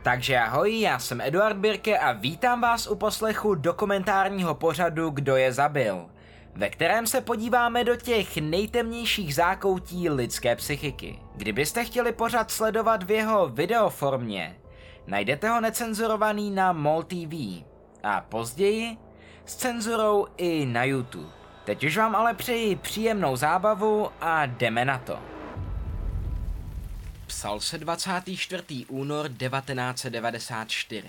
Takže ahoj, já jsem Eduard Birke a vítám vás u poslechu dokumentárního pořadu Kdo je zabil, ve kterém se podíváme do těch nejtemnějších zákoutí lidské psychiky. Kdybyste chtěli pořad sledovat v jeho videoformě, najdete ho necenzurovaný na MOL TV a později s cenzurou i na YouTube. Teď už vám ale přeji příjemnou zábavu a jdeme na to. Psal se 24. únor 1994.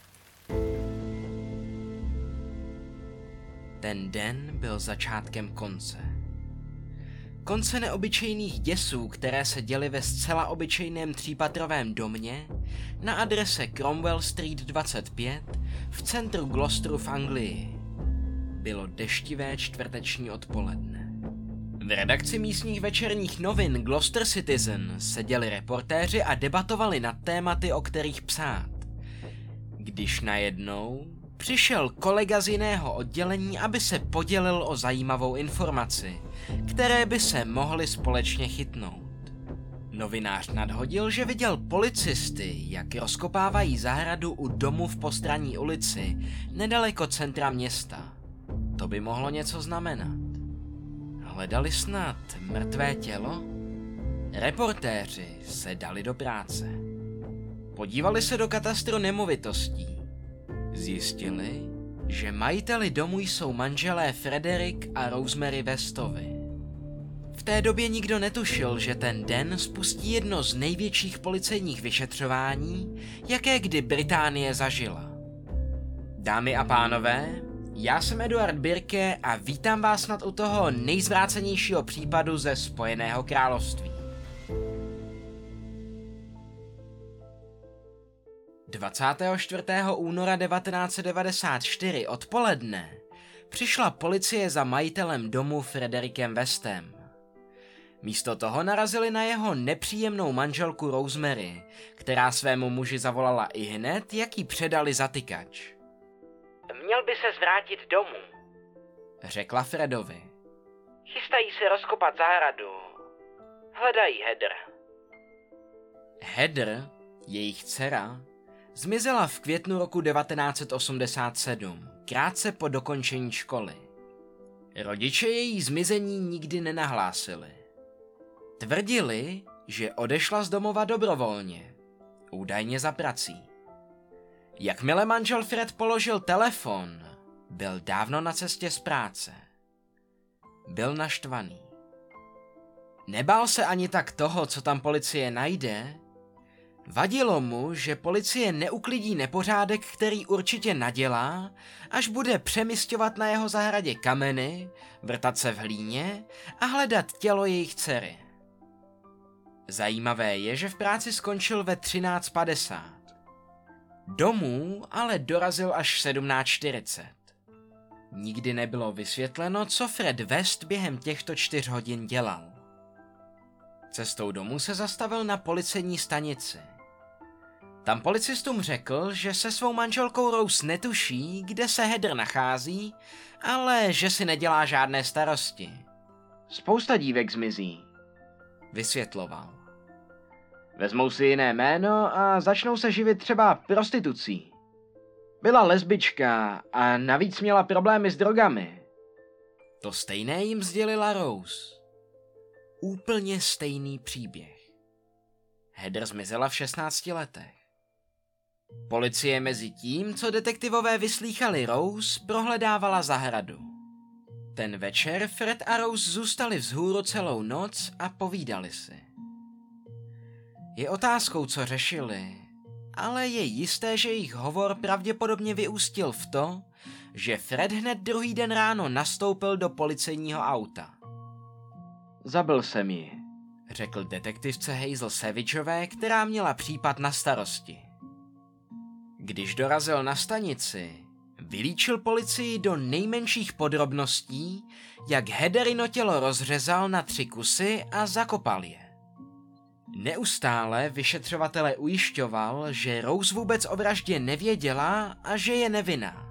Ten den byl začátkem konce. Konce neobyčejných děsů, které se děly ve zcela obyčejném třípatrovém domě na adrese Cromwell Street 25 v centru Gloucesteru v Anglii. Bylo deštivé čtvrteční odpoledne. V redakci místních večerních novin Gloucester Citizen seděli reportéři a debatovali nad tématy, o kterých psát. Když najednou přišel kolega z jiného oddělení, aby se podělil o zajímavou informaci, které by se mohli společně chytnout. Novinář nadhodil, že viděl policisty, jak rozkopávají zahradu u domu v Postranní ulici, nedaleko centra města. To by mohlo něco znamenat. Hledali snad mrtvé tělo? Reportéři se dali do práce. Podívali se do katastru nemovitostí. Zjistili, že majiteli domu jsou manželé Frederick a Rosemary Westovi. V té době nikdo netušil, že ten den spustí jedno z největších policejních vyšetřování, jaké kdy Británie zažila. Dámy a pánové, já jsem Eduard Birke a vítám vás snad u toho nejzvrácenějšího případu ze Spojeného království. 24. února 1994 odpoledne přišla policie za majitelem domu Frederickem Westem. Místo toho narazili na jeho nepříjemnou manželku Rosemary, která svému muži zavolala ihned, jak jí předali zatykač. Měl by se zvrátit domů, řekla Fredovi. Chystají se rozkopat zahradu. Hledají Heather. Heather, jejich dcera, zmizela v květnu roku 1987, krátce po dokončení školy. Rodiče její zmizení nikdy nenahlásili. Tvrdili, že odešla z domova dobrovolně, údajně za prací. Jakmile manžel Fred položil telefon, byl dávno na cestě z práce. Byl naštvaný. Nebál se ani tak toho, co tam policie najde. Vadilo mu, že policie neuklidí nepořádek, který určitě nadělá, až bude přemisťovat na jeho zahradě kameny, vrtat se v hlíně a hledat tělo jejich dcery. Zajímavé je, že v práci skončil ve 13:50. Domů ale dorazil až v 17:40. Nikdy nebylo vysvětleno, co Fred West během těchto 4 hodin dělal. Cestou domů se zastavil na policejní stanici. Tam policistům řekl, že se svou manželkou Rose netuší, kde se Heather nachází, ale že si nedělá žádné starosti. Spousta dívek zmizí, vysvětloval. Vezmou si jiné jméno a začnou se živit třeba prostitucí. Byla lesbička a navíc měla problémy s drogami. To stejné jim sdělila Rose. Úplně stejný příběh. Heather zmizela v 16 letech. Policie mezi tím, co detektivové vyslýchali Rose, prohledávala zahradu. Ten večer Fred a Rose zůstali vzhůru celou noc a povídali si. Je otázkou, co řešili, ale je jisté, že jejich hovor pravděpodobně vyústil v to, že Fred hned druhý den ráno nastoupil do policejního auta. Zabil jsem ji, řekl detektivce Hazel Savageové, která měla případ na starosti. Když dorazil na stanici, vylíčil policii do nejmenších podrobností, jak Heatherino tělo rozřezal na 3 kusy a zakopal je. Neustále vyšetřovatele ujišťoval, že Rose vůbec o vraždě nevěděla a že je nevinná.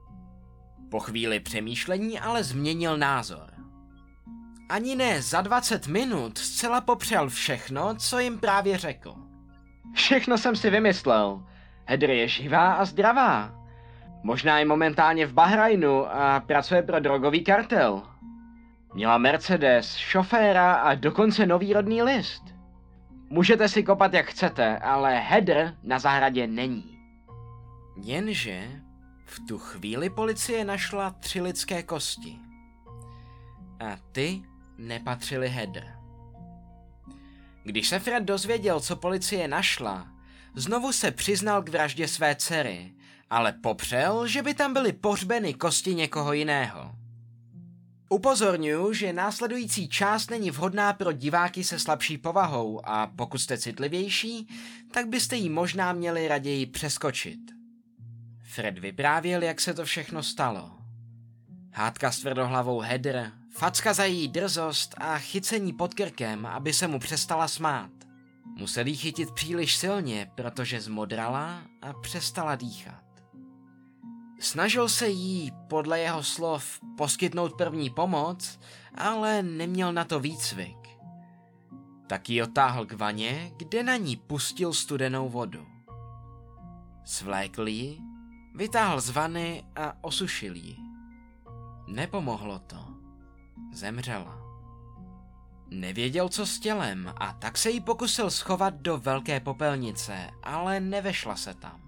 Po chvíli přemýšlení ale změnil názor. Ani ne za 20 minut zcela popřel všechno, co jim právě řekl. Všechno jsem si vymyslel. Heather je živá a zdravá. Možná je momentálně v Bahrajnu a pracuje pro drogový kartel. Měla Mercedes, šoféra a dokonce nový rodný list. Můžete si kopat jak chcete, ale Heather na zahradě není. Jenže v tu chvíli policie našla 3 lidské kosti. A ty nepatřily Heather. Když se Fred dozvěděl, co policie našla, znovu se přiznal k vraždě své dcery, ale popřel, že by tam byly pohřbeny kosti někoho jiného. Upozorňuji, že následující část není vhodná pro diváky se slabší povahou a pokud jste citlivější, tak byste ji možná měli raději přeskočit. Fred vyprávěl, jak se to všechno stalo. Hádka s tvrdohlavou Heather, facka za její drzost a chycení pod krkem, aby se mu přestala smát. Musel jí chytit příliš silně, protože zmodrala a přestala dýchat. Snažil se jí, podle jeho slov, poskytnout první pomoc, ale neměl na to výcvik. Tak ji otáhl k vaně, kde na ní pustil studenou vodu. Svlékl ji, vytáhl z vany a osušil ji. Nepomohlo to. Zemřela. Nevěděl, co s tělem, a tak se jí pokusil schovat do velké popelnice, ale nevešla se tam.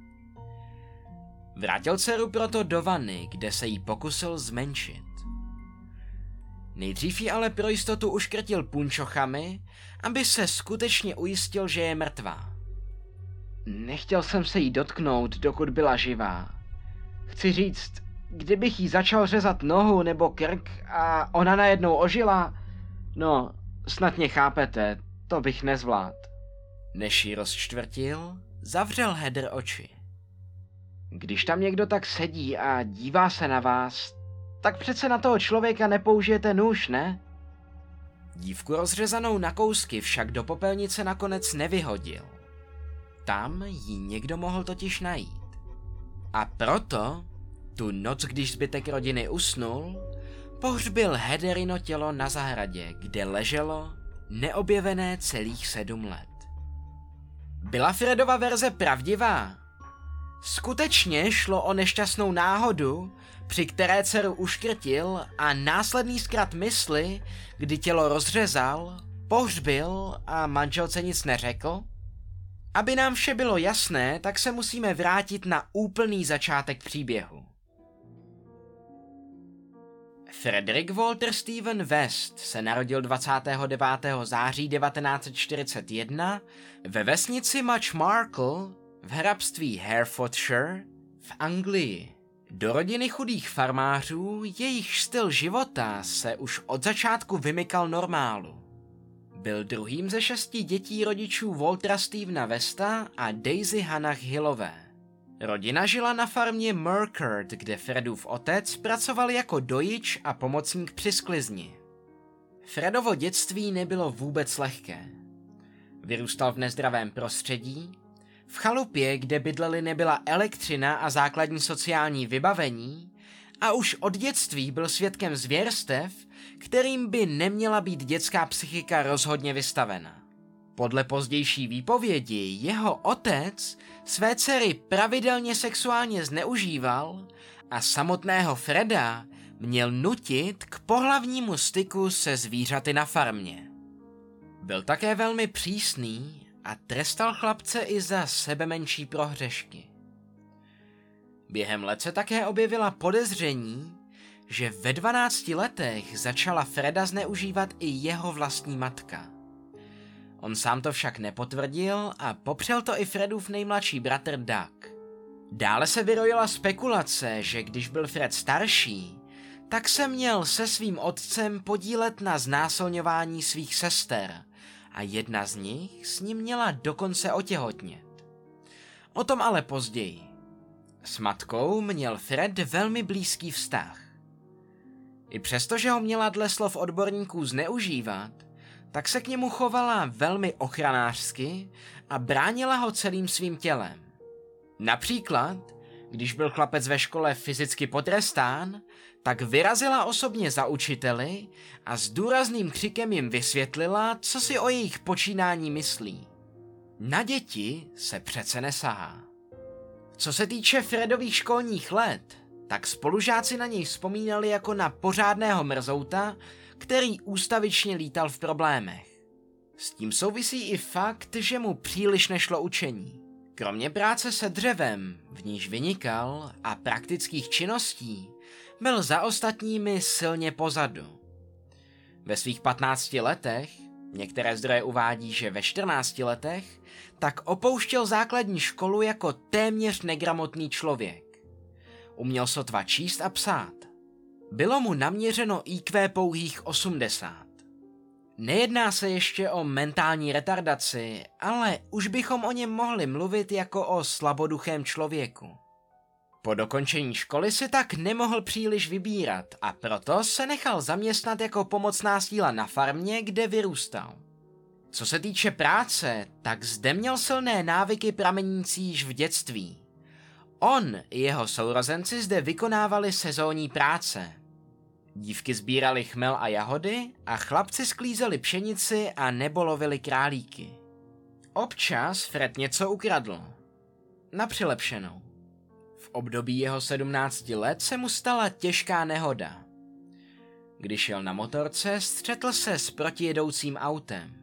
Vrátil dceru proto do vany, kde se jí pokusil zmenšit. Nejdřív ji ale pro jistotu uškrtil punčochami, aby se skutečně ujistil, že je mrtvá. Nechtěl jsem se jí dotknout, dokud byla živá. Chci říct, kdybych jí začal řezat nohu nebo krk a ona najednou ožila, no, snad mě chápete, to bych nezvlád. Než ji rozčtvrtil, zavřel Heather oči. Když tam někdo tak sedí a dívá se na vás, tak přece na toho člověka nepoužijete nůž, ne? Dívku rozřezanou na kousky však do popelnice nakonec nevyhodil. Tam ji někdo mohl totiž najít. A proto, tu noc, když zbytek rodiny usnul, pohřbil Heatherino tělo na zahradě, kde leželo neobjevené celých 7 let. Byla Fredova verze pravdivá? Skutečně šlo o nešťastnou náhodu, při které dceru uškrtil a následný zkrat mysli, kdy tělo rozřezal, pohřbil a manželce nic neřekl? Aby nám vše bylo jasné, tak se musíme vrátit na úplný začátek příběhu. Frederick Walter Stephen West se narodil 29. září 1941 ve vesnici Much Marcle v hrabství Herefordshire v Anglii. Do rodiny chudých farmářů, jejich styl života se už od začátku vymykal normálu. Byl druhým ze 6 dětí rodičů Waltera Stephena Westa a Daisy Hannah Hillové. Rodina žila na farmě Merkert, kde Fredův otec pracoval jako dojič a pomocník při sklizni. Fredovo dětství nebylo vůbec lehké. Vyrůstal v nezdravém prostředí, v chalupě, kde bydleli, nebyla elektřina a základní sociální vybavení a už od dětství byl svědkem zvěrstev, kterým by neměla být dětská psychika rozhodně vystavena. Podle pozdější výpovědi jeho otec své dcery pravidelně sexuálně zneužíval a samotného Freda měl nutit k pohlavnímu styku se zvířaty na farmě. Byl také velmi přísný a trestal chlapce i za sebemenší prohřešky. Během let se také objevila podezření, že ve 12 letech začala Freda zneužívat i jeho vlastní matka. On sám to však nepotvrdil a popřel to i Fredův nejmladší bratr Doug. Dále se vyrojila spekulace, že když byl Fred starší, tak se měl se svým otcem podílet na znásilňování svých sester a jedna z nich s ním měla dokonce otěhotnět. O tom ale později. S matkou měl Fred velmi blízký vztah. I přesto, že ho měla dle slov odborníků zneužívat, tak se k němu chovala velmi ochranářsky a bránila ho celým svým tělem. Například, když byl chlapec ve škole fyzicky potrestán, tak vyrazila osobně za učiteli a s důrazným křikem jim vysvětlila, co si o jejich počínání myslí. Na děti se přece nesahá. Co se týče Fredových školních let, tak spolužáci na něj vzpomínali jako na pořádného mrzouta, který ústavičně lítal v problémech. S tím souvisí i fakt, že mu příliš nešlo učení. Kromě práce se dřevem, v níž vynikal, a praktických činností, byl za ostatními silně pozadu. Ve svých 15 letech, některé zdroje uvádí, že ve 14 letech, tak opouštěl základní školu jako téměř negramotný člověk. Uměl sotva číst a psát. Bylo mu naměřeno IQ pouhých 80. Nejedná se ještě o mentální retardaci, ale už bychom o něm mohli mluvit jako o slaboduchém člověku. Po dokončení školy si tak nemohl příliš vybírat a proto se nechal zaměstnat jako pomocná síla na farmě, kde vyrůstal. Co se týče práce, tak zde měl silné návyky pramenící již v dětství. On i jeho sourozenci zde vykonávali sezónní práce. Dívky sbírali chmel a jahody a chlapci sklízeli pšenici a nebo lovili králíky. Občas Fred něco ukradl. Na přilepšenou. V období jeho 17 let se mu stala těžká nehoda. Když jel na motorce, střetl se s protijedoucím autem.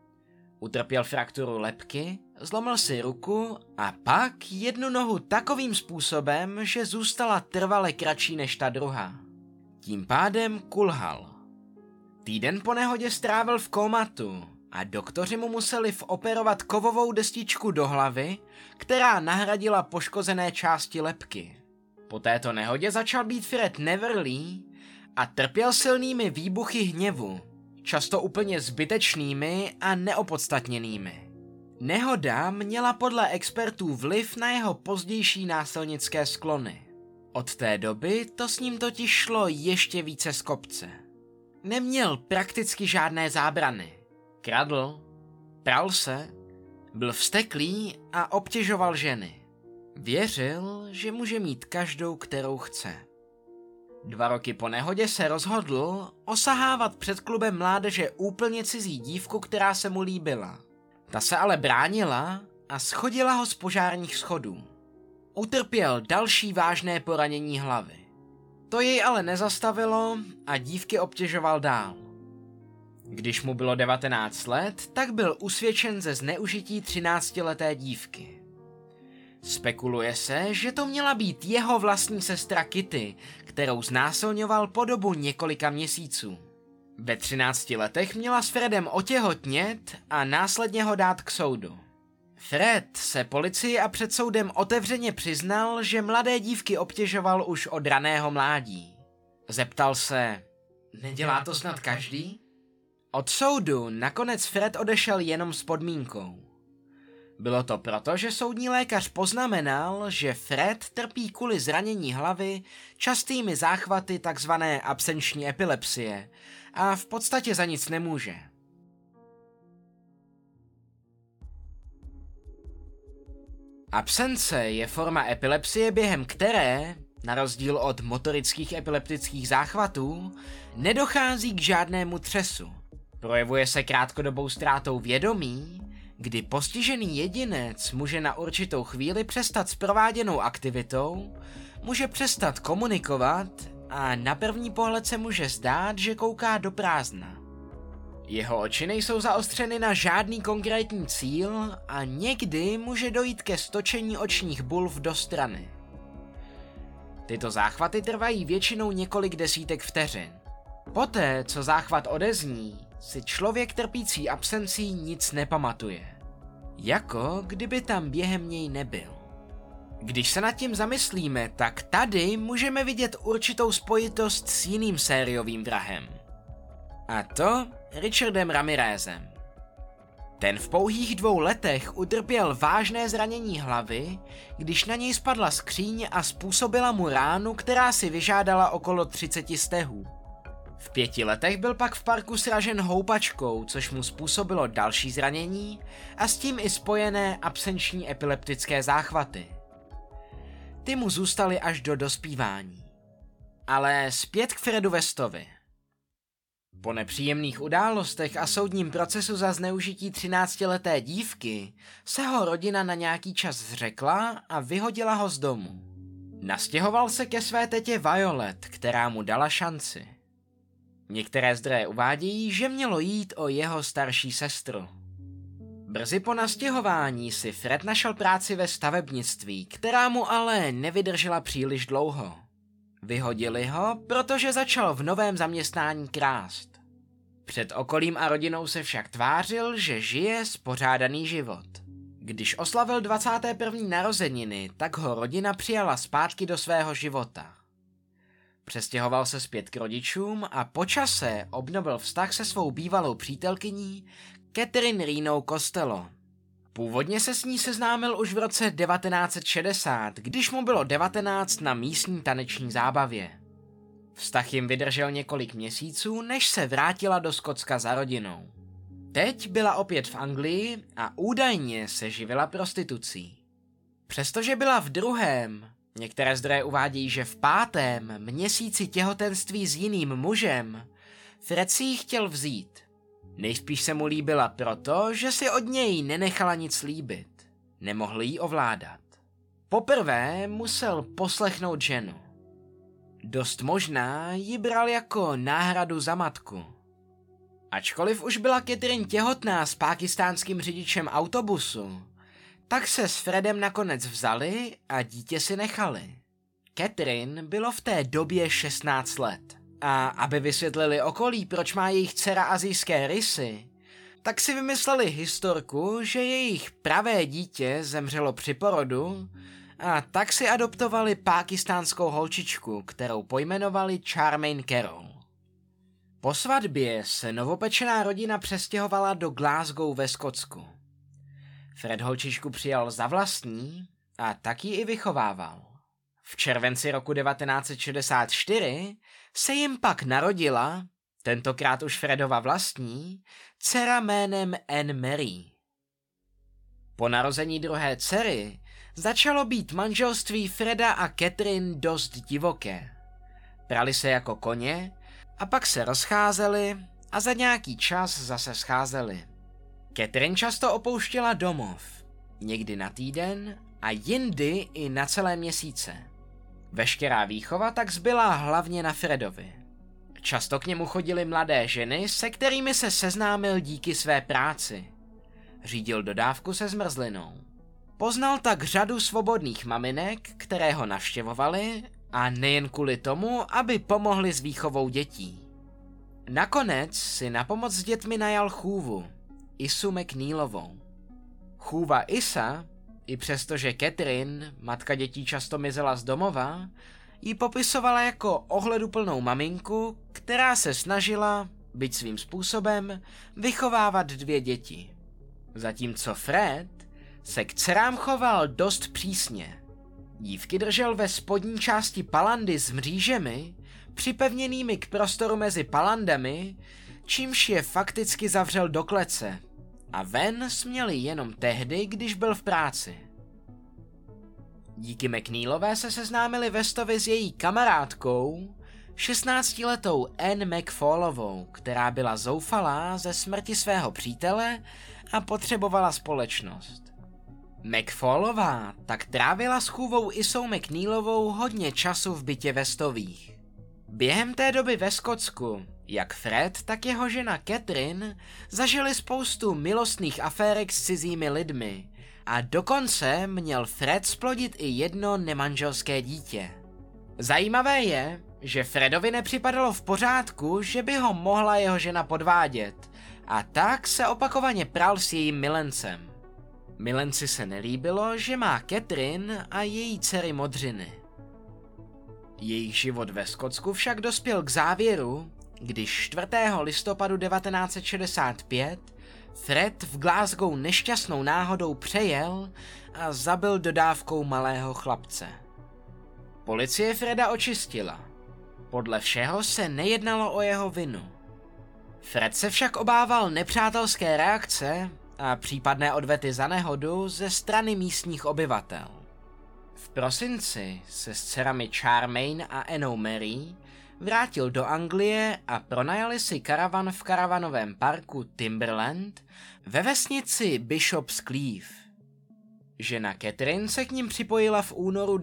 Utrpěl frakturu lebky, zlomil si ruku a pak jednu nohu takovým způsobem, že zůstala trvale kratší než ta druhá. Tím pádem kulhal. Týden po nehodě strávil v kómatu a doktoři mu museli operovat kovovou destičku do hlavy, která nahradila poškozené části lebky. Po této nehodě začal být Fred nevrlý a trpěl silnými výbuchy hněvu, často úplně zbytečnými a neopodstatněnými. Nehoda měla podle expertů vliv na jeho pozdější násilnické sklony. Od té doby to s ním totiž šlo ještě více z kopce. Neměl prakticky žádné zábrany. Kradl, pral se, byl vzteklý a obtěžoval ženy. Věřil, že může mít každou, kterou chce. 2 roky po nehodě se rozhodl osahávat před klubem mládeže úplně cizí dívku, která se mu líbila. Ta se ale bránila a shodila ho z požárních schodů. Utrpěl další vážné poranění hlavy. To jej ale nezastavilo a dívky obtěžoval dál. Když mu bylo 19 let, tak byl usvědčen ze zneužití 13leté dívky. Spekuluje se, že to měla být jeho vlastní sestra Kitty, kterou znásilňoval po dobu několika měsíců. Ve 13 letech měla s Fredem otěhotnět a následně ho dát k soudu. Fred se policii a před soudem otevřeně přiznal, že mladé dívky obtěžoval už od raného mládí. Zeptal se, nedělá to snad každý? Od soudu nakonec Fred odešel jenom s podmínkou. Bylo to proto, že soudní lékař poznamenal, že Fred trpí kvůli zranění hlavy častými záchvaty tzv. Absenční epilepsie a v podstatě za nic nemůže. Absence je forma epilepsie, během které, na rozdíl od motorických epileptických záchvatů, nedochází k žádnému třesu. Projevuje se krátkodobou ztrátou vědomí, kdy postižený jedinec může na určitou chvíli přestat s prováděnou aktivitou, může přestat komunikovat a na první pohled se může zdát, že kouká do prázdna. Jeho oči nejsou zaostřeny na žádný konkrétní cíl a někdy může dojít ke stočení očních bulv do strany. Tyto záchvaty trvají většinou několik desítek vteřin. Poté, co záchvat odezní, si člověk trpící absencí nic nepamatuje. Jako kdyby tam během něj nebyl. Když se nad tím zamyslíme, tak tady můžeme vidět určitou spojitost s jiným sériovým vrahem. A to Richardem Ramirezem. Ten v pouhých 2 letech utrpěl vážné zranění hlavy, když na něj spadla skříň a způsobila mu ránu, která si vyžádala okolo 30 stehů. V 5 letech byl pak v parku sražen houpačkou, což mu způsobilo další zranění a s tím i spojené absenční epileptické záchvaty. Ty mu zůstaly až do dospívání. Ale zpět k Fredu Westovi. Po nepříjemných událostech a soudním procesu za zneužití 13leté dívky se ho rodina na nějaký čas zřekla a vyhodila ho z domu. Nastěhoval se ke své tetě Violet, která mu dala šanci. Některé zdroje uvádějí, že mělo jít o jeho starší sestru. Brzy po nastěhování si Fred našel práci ve stavebnictví, která mu ale nevydržela příliš dlouho. Vyhodili ho, protože začal v novém zaměstnání krást. Před okolím a rodinou se však tvářil, že žije spořádaný život. Když oslavil 21. narozeniny, tak ho rodina přijala zpátky do svého života. Přestěhoval se zpět k rodičům a po čase obnovil vztah se svou bývalou přítelkyní Catherine Reno Costello. Původně se s ní seznámil už v roce 1960, když mu bylo 19 na místní taneční zábavě. Vztah jim vydržel několik měsíců, než se vrátila do Skotska za rodinou. Teď byla opět v Anglii a údajně se živila prostitucí. Přestože byla v druhém, některé zdroje uvádějí, že v 5. měsíci těhotenství s jiným mužem, Fred si ji chtěl vzít. Nejspíš se mu líbila proto, že si od něj nenechala nic slíbit. Nemohl jí ovládat. Poprvé musel poslechnout ženu. Dost možná ji bral jako náhradu za matku. Ačkoliv už byla Catherine těhotná s pákistánským řidičem autobusu, tak se s Fredem nakonec vzali a dítě si nechali. Catherine bylo v té době 16 let. A aby vysvětlili okolí, proč má jejich dcera asijské rysy, tak si vymysleli historku, že jejich pravé dítě zemřelo při porodu a tak si adoptovali pákistánskou holčičku, kterou pojmenovali Charmaine Carroll. Po svatbě se novopečená rodina přestěhovala do Glasgow ve Skotsku. Fred holčičku přijal za vlastní a tak ji i vychovával. V červenci roku 1964 se jim pak narodila, tentokrát už Fredova vlastní, dcera jménem Anne Mary. Po narození druhé dcery začalo být manželství Freda a Catherine dost divoké. Prali se jako koně a pak se rozcházeli a za nějaký čas zase scházeli. Catherine často opouštěla domov, někdy na týden a jindy i na celé měsíce. Veškerá výchova tak zbyla hlavně na Fredovi. Často k němu chodily mladé ženy, se kterými se seznámil díky své práci. Řídil dodávku se zmrzlinou. Poznal tak řadu svobodných maminek, které ho navštěvovaly, a nejen kvůli tomu, aby pomohli s výchovou dětí. Nakonec si na pomoc s dětmi najal chůvu, Isu McNeilovou. Chůva Isa, i přestože Catherine, matka dětí, často mizela z domova, ji popisovala jako ohleduplnou maminku, která se snažila, byť svým způsobem, vychovávat 2 děti. Zatímco Fred se k dcerám choval dost přísně. Dívky držel ve spodní části palandy s mřížemi, připevněnými k prostoru mezi palandami, čímž je fakticky zavřel do klece a ven směli jenom tehdy, když byl v práci. Díky McNeilové se seznámili Westovi s její kamarádkou, 16letou Anne McFallovou, která byla zoufalá ze smrti svého přítele a potřebovala společnost. McFallová tak trávila s chůvou Isou McNeilovou hodně času v bytě Westových. Během té doby ve Skotsku, jak Fred, tak jeho žena Catherine zažili spoustu milostných aférek s cizími lidmi a dokonce měl Fred zplodit i jedno nemanželské dítě. Zajímavé je, že Fredovi nepřipadalo v pořádku, že by ho mohla jeho žena podvádět, a tak se opakovaně pral s jejím milencem. Milenci se nelíbilo, že má Catherine a její dcery modřiny. Jejich život ve Skotsku však dospěl k závěru, když 4. listopadu 1965 Fred v Glasgow nešťastnou náhodou přejel a zabil dodávkou malého chlapce. Policie Freda očistila. Podle všeho se nejednalo o jeho vinu. Fred se však obával nepřátelské reakce a případné odvety za nehodu ze strany místních obyvatel. V prosinci se s dcerami Charmaine a Annou Mary vrátil do Anglie a pronajali si karavan v karavanovém parku Timberland ve vesnici Bishop's Cleeve. Žena Catherine se k ním připojila v únoru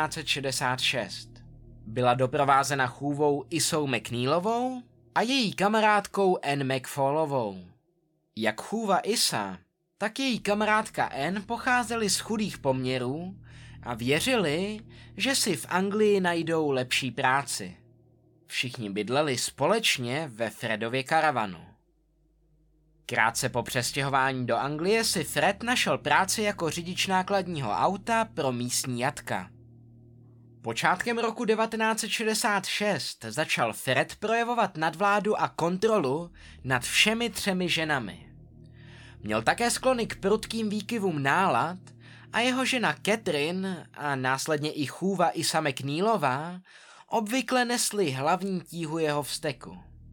1966. Byla doprovázena chůvou Isou McNeilovou a její kamarádkou Ann McFallovou. Jak chůva Isa, tak její kamarádka Ann pocházeli z chudých poměrů a věřili, že si v Anglii najdou lepší práci. Všichni bydleli společně ve Fredově karavanu. Krátce po přestěhování do Anglie si Fred našel práci jako řidič nákladního auta pro místní jatka. Počátkem roku 1966 začal Fred projevovat nadvládu a kontrolu nad všemi 3 ženami. Měl také sklony k prudkým výkyvům nálad a jeho žena Catherine a následně i chůva Isa McNeilová obvykle nesli hlavní tíhu jeho vzteku.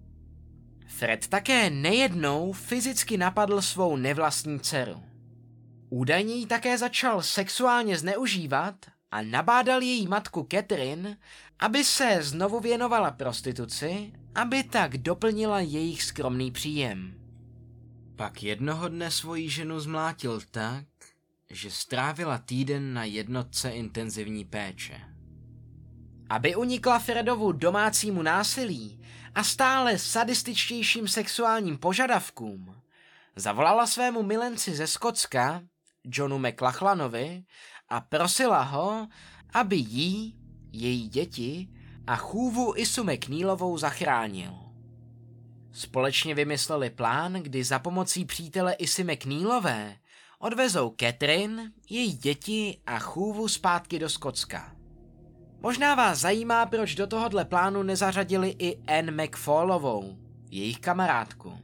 Fred také nejednou fyzicky napadl svou nevlastní dceru. Údajně ji také začal sexuálně zneužívat a nabádal její matku Catherine, aby se znovu věnovala prostituci, aby tak doplnila jejich skromný příjem. Pak jednoho dne svoji ženu zmlátil tak, že strávila týden na jednotce intenzivní péče. Aby unikla Fredovu domácímu násilí a stále sadističtějším sexuálním požadavkům, zavolala svému milenci ze Skotska, Johnu McLachlanovi, a prosila ho, aby jí, její děti a chůvu Isu McNeilovou zachránil. Společně vymysleli plán, kdy za pomocí přítele Isy McNeilové odvezou Catherine, její děti a chůvu zpátky do Skotska. Možná vás zajímá, proč do tohohle plánu nezařadili i Ann McFallovou, jejich kamarádku.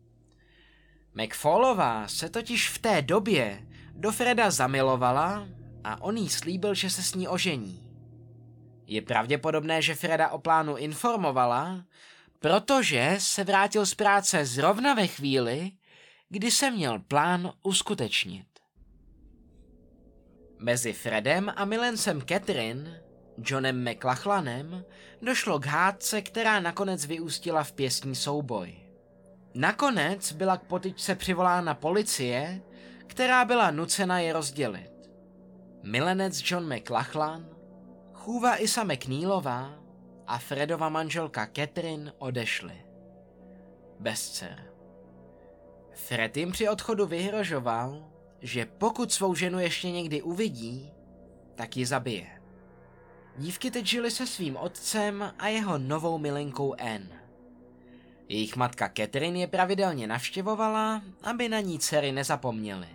McFallová se totiž v té době do Freda zamilovala a on jí slíbil, že se s ní ožení. Je pravděpodobné, že Freda o plánu informovala, protože se vrátil z práce zrovna ve chvíli, kdy se měl plán uskutečnit. Mezi Fredem a milencem Catherine, Johnem McLachlanem, došlo k hádce, která nakonec vyústila v pěstní souboj. Nakonec byla k potyčce přivolána policie, která byla nucena je rozdělit. Milenec John McLachlan, chůva Isa McNeilová a Fredova manželka Catherine odešli. Bez dcer. Fred jim při odchodu vyhrožoval, že pokud svou ženu ještě někdy uvidí, tak ji zabije. Dívky teď žily se svým otcem a jeho novou milenkou Ann. Jejich matka Catherine je pravidelně navštěvovala, aby na ní dcery nezapomněly.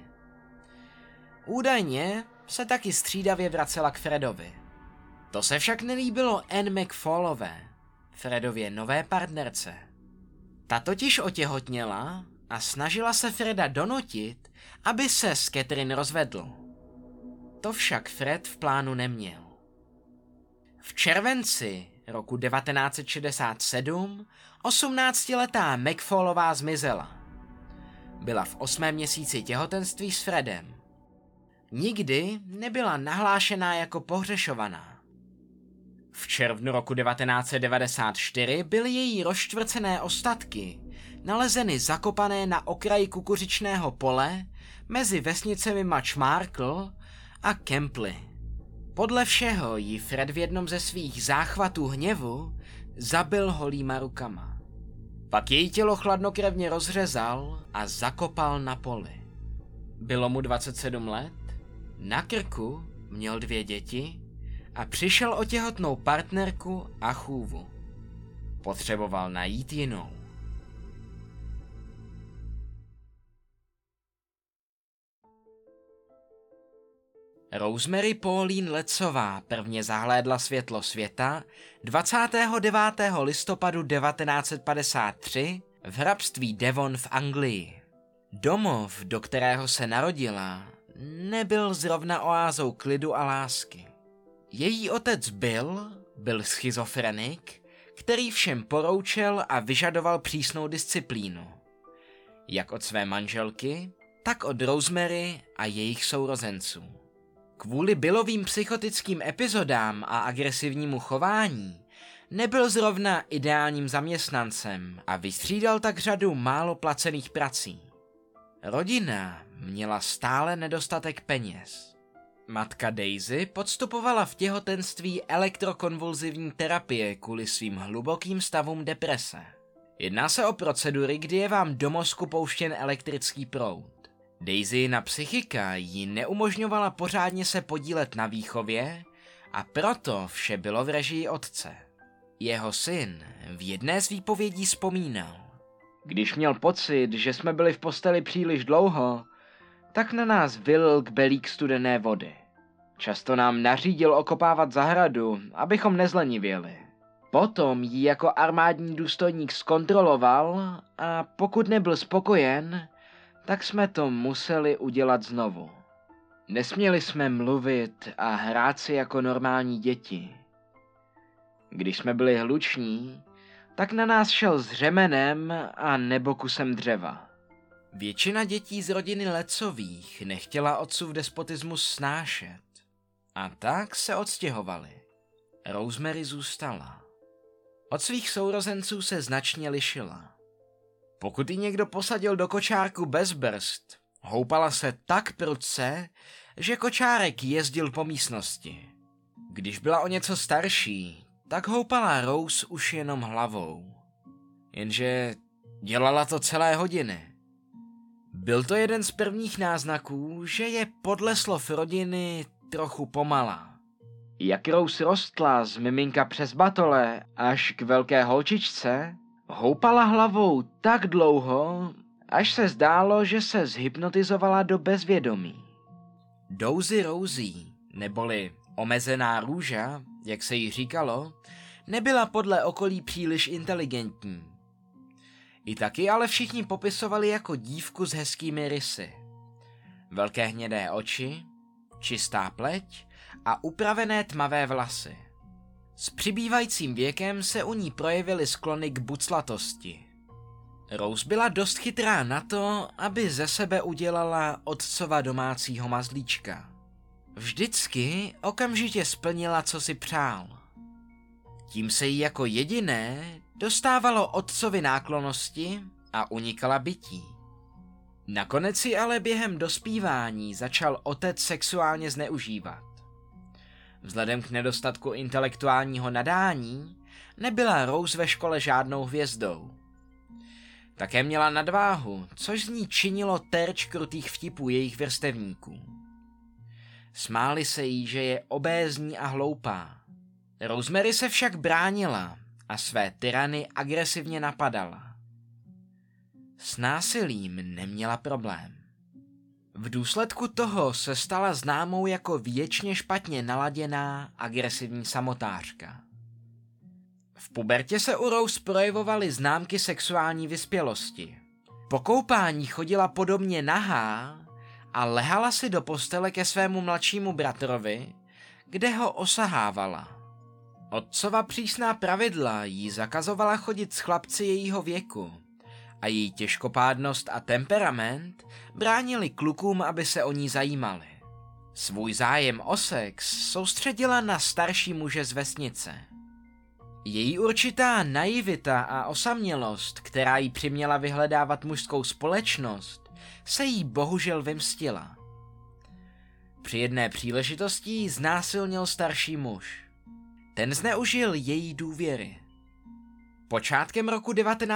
Údajně se taky střídavě vracela k Fredovi. To se však nelíbilo Ann McFallové, Fredově nové partnerce. Ta totiž otěhotněla a snažila se Freda donutit, aby se s Catherine rozvedl. To však Fred v plánu neměl. V červenci roku 1967 18letá McFallová zmizela. Byla v 8. měsíci těhotenství s Fredem. Nikdy nebyla nahlášená jako pohřešovaná. V červnu roku 1994 byly její rozštvrcené ostatky nalezeny zakopané na okraji kukuřičného pole mezi vesnicemi Much Marcle a Kempley. Podle všeho jí Fred v jednom ze svých záchvatů hněvu zabil holýma rukama. Pak její tělo chladnokrevně rozřezal a zakopal na poli. Bylo mu 27 let, na krku měl 2 děti a přišel o těhotnou partnerku a chůvu. Potřeboval najít jinou. Rosemary Pauline Lecová prvně zahlédla světlo světa 29. listopadu 1953 v hrabství Devon v Anglii. Domov, do kterého se narodila, nebyl zrovna oázou klidu a lásky. Její otec byl schizofrenik, který všem poroučel a vyžadoval přísnou disciplínu. Jak od své manželky, tak od Rosemary a jejich sourozenců. Kvůli Billovým psychotickým epizodám a agresivnímu chování nebyl zrovna ideálním zaměstnancem a vystřídal tak řadu málo placených prací. Rodina měla stále nedostatek peněz. Matka Daisy podstupovala v těhotenství elektrokonvulzivní terapie kvůli svým hlubokým stavům deprese. Jedná se o procedury, kdy je vám do mozku pouštěn elektrický proud. Daisy psychika jí neumožňovala pořádně se podílet na výchově a proto vše bylo v režii otce. Jeho syn v jedné z výpovědí vzpomínal: Když měl pocit, že jsme byli v posteli příliš dlouho, tak na nás vylil kbelík studené vody. Často nám nařídil okopávat zahradu, abychom nezlenivěli. Potom ji jako armádní důstojník zkontroloval a pokud nebyl spokojen, tak jsme to museli udělat znovu. Nesměli jsme mluvit a hrát si jako normální děti. Když jsme byli hluční, tak na nás šel s řemenem a nebo kusem dřeva. Většina dětí z rodiny Lecových nechtěla otcův despotismus snášet a tak se odstěhovali. Rosemary zůstala. Od svých sourozenců se značně lišila. Pokud ji někdo posadil do kočárku bez brzd, houpala se tak prudce, že kočárek jezdil po místnosti. Když byla o něco starší, tak houpala Rose už jenom hlavou. Jenže dělala to celé hodiny. Byl to jeden z prvních náznaků, že je podle slov rodiny trochu pomalá. Jak Rose rostla z miminka přes batole až k velké holčičce, houpala hlavou tak dlouho, až se zdálo, že se zhypnotizovala do bezvědomí. Dozy Rosie, neboli omezená růža, jak se jí říkalo, nebyla podle okolí příliš inteligentní. I taky ale všichni popisovali jako dívku s hezkými rysy. Velké hnědé oči, čistá pleť a upravené tmavé vlasy. S přibývajícím věkem se u ní projevily sklony k buclatosti. Rose byla dost chytrá na to, aby ze sebe udělala otcova domácího mazlíčka. Vždycky okamžitě splnila, co si přál. Tím se jí jako jediné dostávalo otcovi náklonnosti a unikala bytí. Nakonec ji ale během dospívání začal otec sexuálně zneužívat. Vzhledem k nedostatku intelektuálního nadání nebyla Rose ve škole žádnou hvězdou. Také měla nadváhu, což z ní činilo terč krutých vtipů jejich vrstevníků. Smáli se jí, že je obézní a hloupá. Rosemary se však bránila a své tyrany agresivně napadala. S násilím neměla problém. V důsledku toho se stala známou jako věčně špatně naladěná agresivní samotářka. V pubertě se u Rose projevovaly známky sexuální vyspělosti. Po koupání chodila podobně nahá a lehala si do postele ke svému mladšímu bratrovi, kde ho osahávala. Otcova přísná pravidla jí zakazovala chodit s chlapci jejího věku a její těžkopádnost a temperament bránili klukům, aby se o ní zajímali. Svůj zájem o sex soustředila na starší muže z vesnice. Její určitá naivita a osamělost, která jí přiměla vyhledávat mužskou společnost, se jí bohužel vymstila. Při jedné příležitosti ji znásilnil starší muž. Ten zneužil její důvěry. Počátkem roku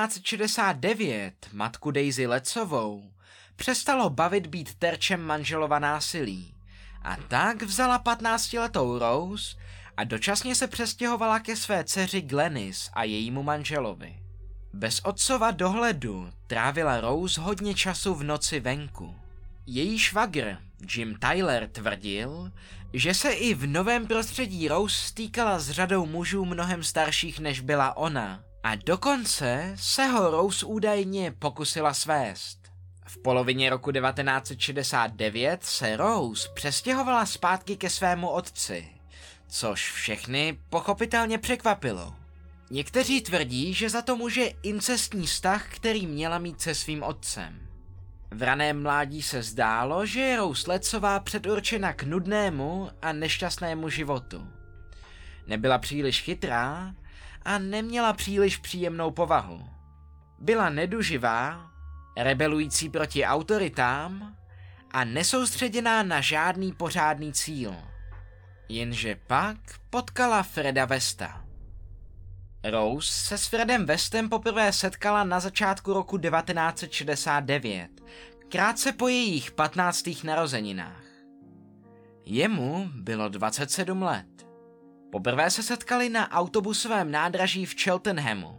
1969 matku Daisy Lecovou přestalo bavit být terčem manželova násilí a tak vzala 15letou Rose a dočasně se přestěhovala ke své dceři Glenys a jejímu manželovi. Bez otcova dohledu trávila Rose hodně času v noci venku. Její švagr Jim Tyler tvrdil, že se i v novém prostředí Rose stýkala s řadou mužů mnohem starších než byla ona a dokonce se ho Rose údajně pokusila svést. V polovině roku 1969 se Rose přestěhovala zpátky ke svému otci, což všechny pochopitelně překvapilo. Někteří tvrdí, že za to může incestní vztah, který měla mít se svým otcem. V raném mládí se zdálo, že je Rose Lecová předurčena k nudnému a nešťastnému životu. Nebyla příliš chytrá a neměla příliš příjemnou povahu. Byla neduživá, rebelující proti autoritám a nesoustředěná na žádný pořádný cíl. Jenže pak potkala Freda Westa. Rose se s Fredem Westem poprvé setkala na začátku roku 1969, krátce po jejich 15. narozeninách. Jemu bylo 27 let. Poprvé se setkali na autobusovém nádraží v Cheltenhamu.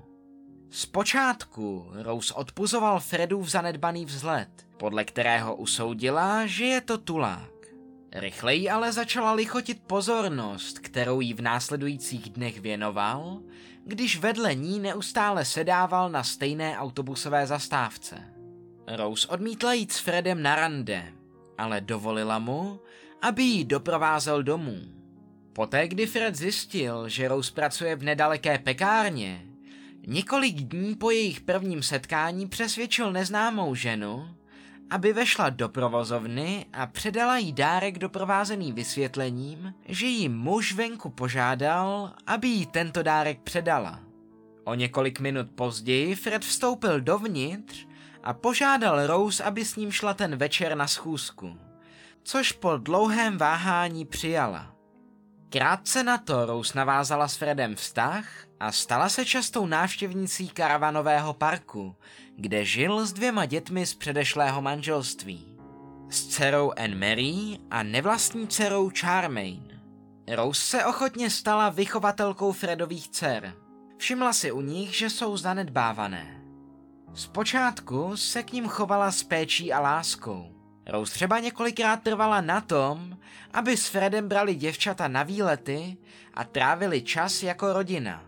Zpočátku Rose odpuzoval Fredův zanedbaný vzhled, podle kterého usoudila, že je to tulák. Rychleji ale začala lichotit pozornost, kterou jí v následujících dnech věnoval, když vedle ní neustále sedával na stejné autobusové zastávce. Rose odmítla jít s Fredem na rande, ale dovolila mu, aby ji doprovázel domů. Poté, kdy Fred zjistil, že Rose pracuje v nedaleké pekárně, několik dní po jejich prvním setkání přesvědčil neznámou ženu, aby vešla do provozovny a předala jí dárek doprovázený vysvětlením, že jí muž venku požádal, aby jí tento dárek předala. O několik minut později Fred vstoupil dovnitř a požádal Rose, aby s ním šla ten večer na schůzku, což po dlouhém váhání přijala. Krátce na to Rose navázala s Fredem vztah a stala se častou návštěvnicí karavanového parku, kde žil s 2 dětmi z předešlého manželství. S dcerou Anne-Marie a nevlastní dcerou Charmaine. Rose se ochotně stala vychovatelkou Fredových dcer. Všimla si u nich, že jsou zanedbávané. Zpočátku se k nim chovala s péčí a láskou. Rose třeba několikrát trvala na tom, aby s Fredem brali děvčata na výlety a trávili čas jako rodina.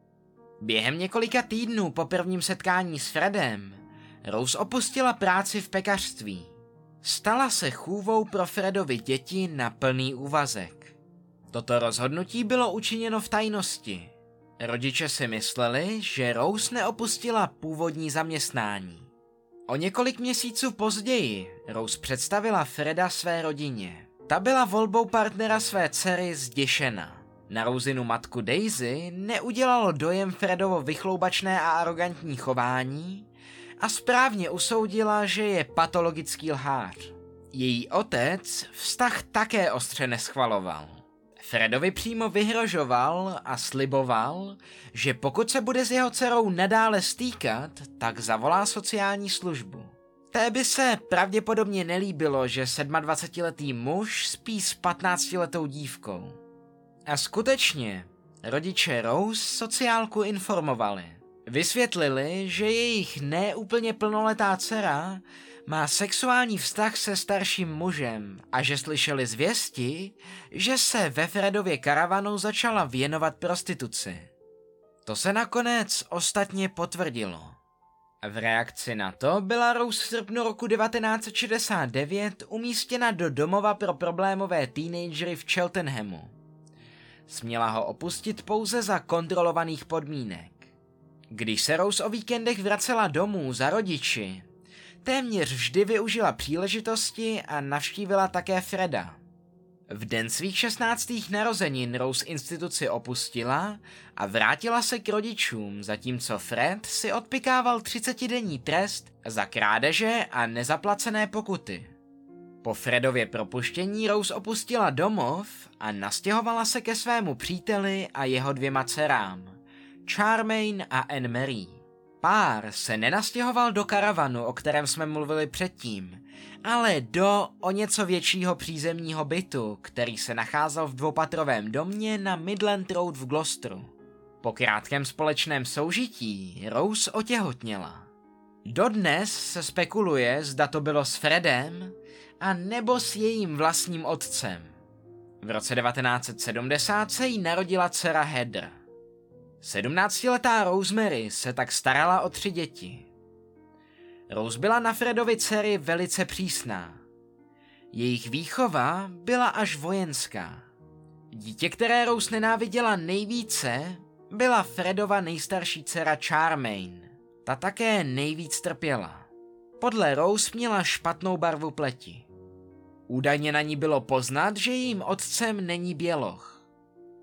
Během několika týdnů po prvním setkání s Fredem Rose opustila práci v pekařství. Stala se chůvou pro Fredovy děti na plný úvazek. Toto rozhodnutí bylo učiněno v tajnosti. Rodiče si mysleli, že Rose neopustila původní zaměstnání. O několik měsíců později Rose představila Freda své rodině. Ta byla volbou partnera své dcery zděšena. Na Rosinu matku Daisy neudělalo dojem Fredovo vychloubačné a arrogantní chování a správně usoudila, že je patologický lhář. Její otec vztah také ostře neschvaloval. Fredovi přímo vyhrožoval a sliboval, že pokud se bude s jeho dcerou nadále stýkat, tak zavolá sociální službu. Té by se pravděpodobně nelíbilo, že 27letý muž spí s 15letou dívkou. A skutečně, rodiče Rose sociálku informovali. Vysvětlili, že jejich neúplně plnoletá dcera má sexuální vztah se starším mužem a že slyšeli zvěsti, že se ve Fredově karavanu začala věnovat prostituci. To se nakonec ostatně potvrdilo. V reakci na to byla Rose v srpnu roku 1969 umístěna do domova pro problémové teenagery v Cheltenhamu. Směla ho opustit pouze za kontrolovaných podmínek. Když se Rose o víkendech vracela domů za rodiči, téměř vždy využila příležitosti a navštívila také Freda. V den svých 16. narozenin Rose instituci opustila a vrátila se k rodičům, zatímco Fred si odpykával 30denní trest za krádeže a nezaplacené pokuty. Po Fredově propuštění Rose opustila domov a nastěhovala se ke svému příteli a jeho 2 dcerám, Charmaine a Anne-Marie. Pár se nenastěhoval do karavanu, o kterém jsme mluvili předtím, ale do o něco většího přízemního bytu, který se nacházel v 2patrovém domě na Midland Road v Gloucesteru. Po krátkém společném soužití Rose otěhotněla. Dodnes se spekuluje, zda to bylo s Fredem a nebo s jejím vlastním otcem. V roce 1970 se jí narodila dcera Heather. 17letá Rosemary se tak starala o 3 děti. Rose byla na Fredovi dcery velice přísná. Jejich výchova byla až vojenská. Dítě, které Rose nenáviděla nejvíce, byla Fredova nejstarší dcera Charmaine. Ta také nejvíc trpěla. Podle Rose měla špatnou barvu pleti. Údajně na ní bylo poznat, že jejím otcem není běloch.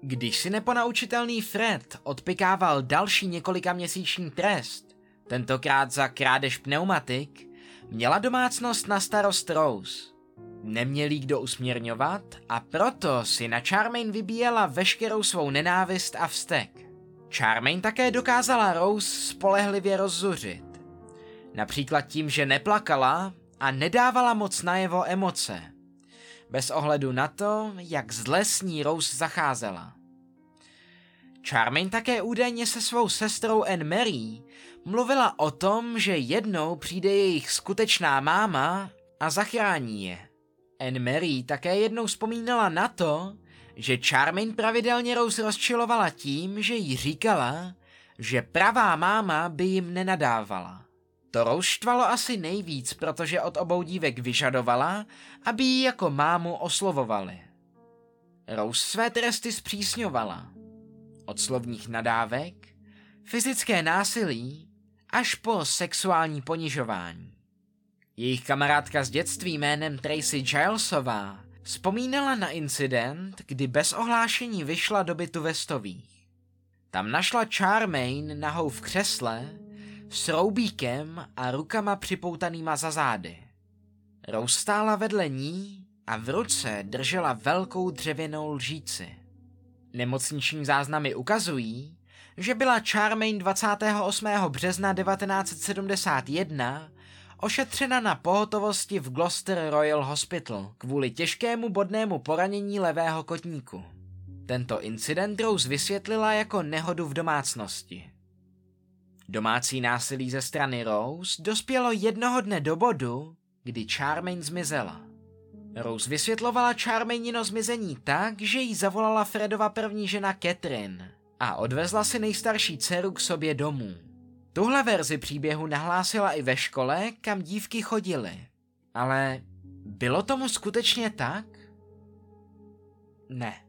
Když si neponaučitelný Fred odpykával další několikaměsíční trest, tentokrát za krádež pneumatik, měla domácnost na starost Rose. Neměl jí kdo usměrňovat a proto si na Charmaine vybíjela veškerou svou nenávist a vztek. Charmaine také dokázala Rose spolehlivě rozzuřit. Například tím, že neplakala a nedávala moc najevo emoce. Bez ohledu na to, jak zle s ní Rose zacházela. Charmaine také údajně se svou sestrou Anne Marie mluvila o tom, že jednou přijde jejich skutečná máma a zachrání je. Anne Marie také jednou vzpomínala na to, že Charmaine pravidelně Rose rozčilovala tím, že jí říkala, že pravá máma by jim nenadávala. To Rose štvalo asi nejvíc, protože od obou dívek vyžadovala, aby ji jako mámu oslovovali. Rose své tresty zpřísňovala. Od slovních nadávek, fyzické násilí, až po sexuální ponižování. Jejich kamarádka z dětství jménem Tracy Gilesová vzpomínala na incident, kdy bez ohlášení vyšla do bytu Westových. Tam našla Charmaine nahou v křesle, s roubíkem a rukama připoutanýma za zády. Rose stála vedle ní a v ruce držela velkou dřevěnou lžíci. Nemocniční záznamy ukazují, že byla Charmaine 28. března 1971 ošetřena na pohotovosti v Gloucester Royal Hospital kvůli těžkému bodnému poranění levého kotníku. Tento incident Rose vysvětlila jako nehodu v domácnosti. Domácí násilí ze strany Rose dospělo jednoho dne do bodu, kdy Charmaine zmizela. Rose vysvětlovala Charmainino zmizení tak, že jí zavolala Fredova první žena Catherine a odvezla si nejstarší dceru k sobě domů. Tuhle verzi příběhu nahlásila i ve škole, kam dívky chodily. Ale bylo tomu skutečně tak? Ne.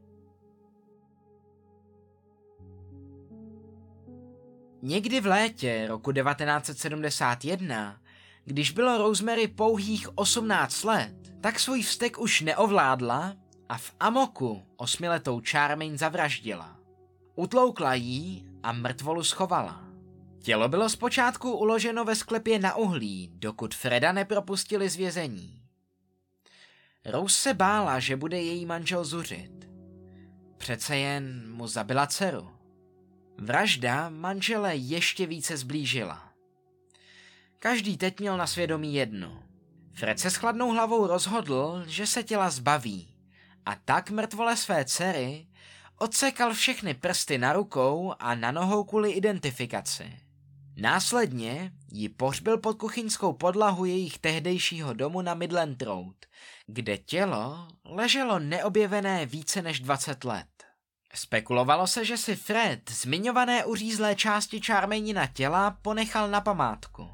Někdy v létě roku 1971, když bylo Rosemary pouhých 18 let, tak svůj vztek už neovládla a v amoku 8letou Charmaine zavraždila. Utloukla jí a mrtvolu schovala. Tělo bylo zpočátku uloženo ve sklepě na uhlí, dokud Freda nepropustili z vězení. Rose se bála, že bude její manžel zuřit. Přece jen mu zabila dceru. Vražda manžele ještě více zblížila. Každý teď měl na svědomí jedno. Fred se s chladnou hlavou rozhodl, že se těla zbaví a tak mrtvole své dcery odsekal všechny prsty na rukou a na nohou kvůli identifikaci. Následně ji pohřbil pod kuchyňskou podlahu jejich tehdejšího domu na Midland Road, kde tělo leželo neobjevené více než 20 let. Spekulovalo se, že si Fred zmiňované uřízlé části Charmainina těla ponechal na památku.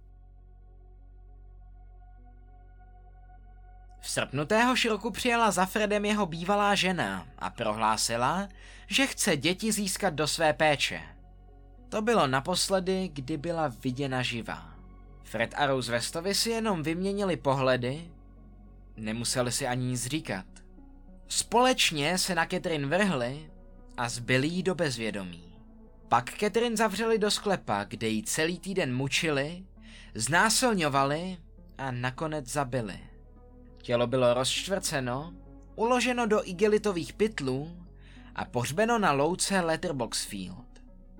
V srpnu téhož roku přijela za Fredem jeho bývalá žena a prohlásila, že chce děti získat do své péče. To bylo naposledy, kdy byla viděna živá. Fred a Rose Westovi si jenom vyměnili pohledy, nemuseli si ani nic říkat. Společně se na Catherine vrhli a zbyli jí do bezvědomí. Pak Catherine zavřeli do sklepa, kde jí celý týden mučili, znásilňovali a nakonec zabili. Tělo bylo rozčtvrceno, uloženo do igelitových pytlů a pohřbeno na louce Letterbox Field.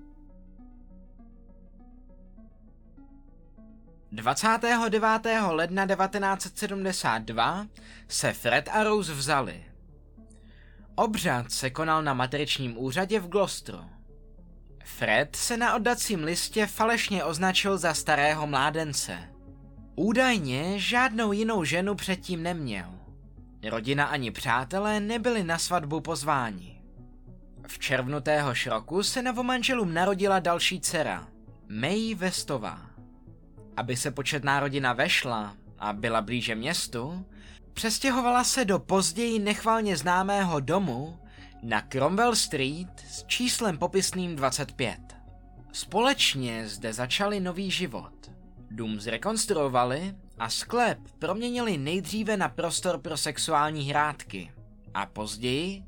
29. ledna 1972 se Fred a Rose vzali. Obřad se konal na matričním úřadě v Gloucesteru. Fred se na oddacím listě falešně označil za starého mládence. Údajně žádnou jinou ženu předtím neměl. Rodina ani přátelé nebyli na svatbu pozváni. V červnu téhož roku se novomanželům narodila další dcera, Mae Westová. Aby se početná rodina vešla a byla blíže městu, přestěhovala se do později nechvalně známého domu na Cromwell Street s číslem popisným 25. Společně zde začali nový život. Dům zrekonstruovali a sklep proměnili nejdříve na prostor pro sexuální hrátky a později